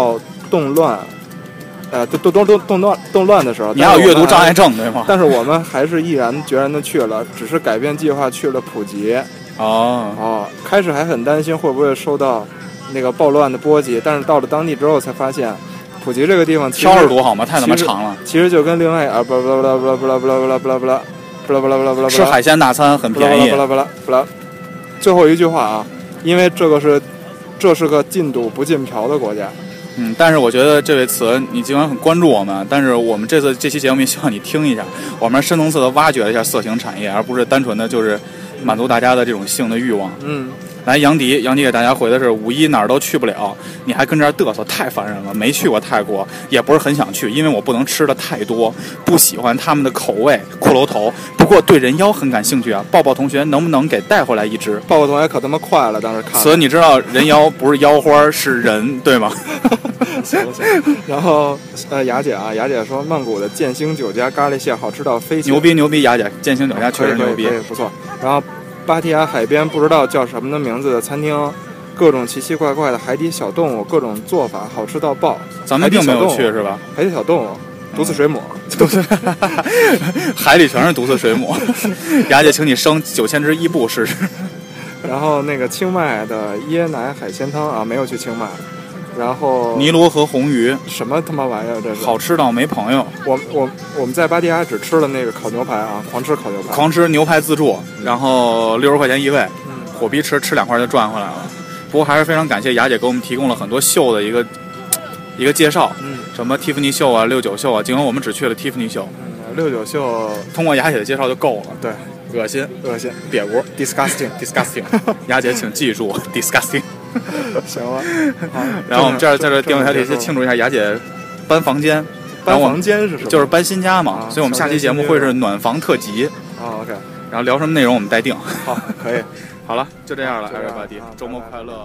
动乱，呃，动动动动乱动乱的时候，
你还有阅读障碍症对吗？
但是我们还是毅然决然的去了，只是改变计划去了普吉。
哦
哦，开始还很担心会不会受到那个暴乱的波及，但是到了当地之后才发现，普吉这个地方其实
挑着读好吗？太他妈长了。
其实就跟另外啊，不啦不啦不啦不啦不啦不啦不啦不啦不啦不啦不啦不啦，
吃海鲜大餐很便宜。
不啦不啦不啦。最后一句话啊，因为这个是，这是个禁赌不禁嫖的国家。
嗯，但是我觉得这位词你尽管很关注我们，但是我们这次这期节目也希望你听一下，我们深层次的挖掘了一下色情产业，而不是单纯的就是满足大家的这种性的欲望。
嗯。
来，杨迪，杨迪给大家回的是五一哪儿都去不了，你还跟这儿嘚瑟，太烦人了。没去过泰国，也不是很想去，因为我不能吃的太多，不喜欢他们的口味。骷髅头，不过对人妖很感兴趣啊。抱抱同学能不能给带回来一只？
抱抱同学可他妈快了，当时看。
所以你知道人妖不是妖花是人，对吗？
行行。然后呃，雅姐啊，雅姐说曼谷的建兴酒家咖喱蟹好吃到飞起。
牛逼牛逼，雅姐，建兴酒家确实牛逼，
不错。然后。芭提雅海边不知道叫什么的名字的餐厅，各种奇奇怪怪的海底小动物，各种做法好吃到爆。
咱们并没有去是吧？
海底小动物，毒刺水母，
毒刺，海里全是毒刺水母。雅姐，请你生九千只伊布试试。
然后那个清迈的椰奶海鲜汤啊，没有去清迈。然后
尼罗河红鱼，
什么他妈玩意儿？这是
好吃到没朋友。
我我我们在芭提雅只吃了那个烤牛排啊，狂吃烤牛排，
狂吃牛排自助，然后六十块钱一位，嗯、火逼吃吃两块就赚回来了。不过还是非常感谢雅姐给我们提供了很多秀的一个一个介绍，
嗯，
什么蒂芙尼秀啊、六九秀啊，尽管我们只去了蒂芙尼秀，
嗯，六九秀
通过雅姐的介绍就够了。
对，
恶心，
恶心，
瘪骨
，disgusting，disgusting，
雅姐请记住 disgusting。
行了，
然后我们这儿在这电视台里先庆祝一下雅姐搬房间，
搬房间是什么？
就是搬新家嘛，
啊、
所以我们下期节目会是暖房特辑。
啊 ，OK，
然后聊什么内容我们待定。
好，可以，
好了，就这样了 ，everybody， 周末快乐。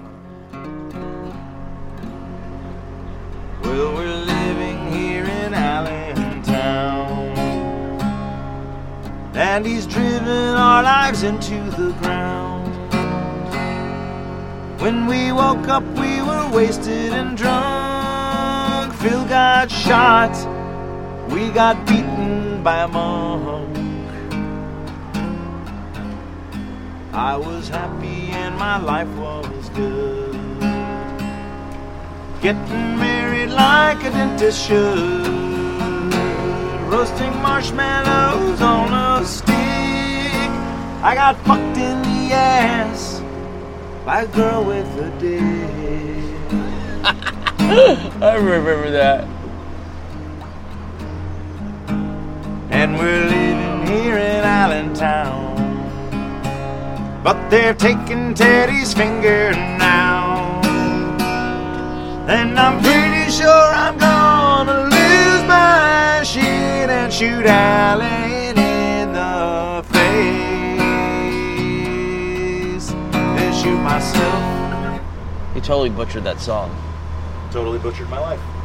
Well, we're living here in Allentown, and he's driven our lives into the ground.When we woke up, we were wasted and drunk. Phil got shot, we got beaten by a monk. I was happy and my life was good, getting married like a dentist should, roasting marshmallows on a stick. I got fucked in the ass.By a girl with a dick. I remember that. And we're living here in Allentown, but they're taking Teddy's finger now. And I'm pretty sure I'm gonna lose my shit and shoot Allen in the face.Shoot myself. He totally butchered that song.
Totally butchered my life.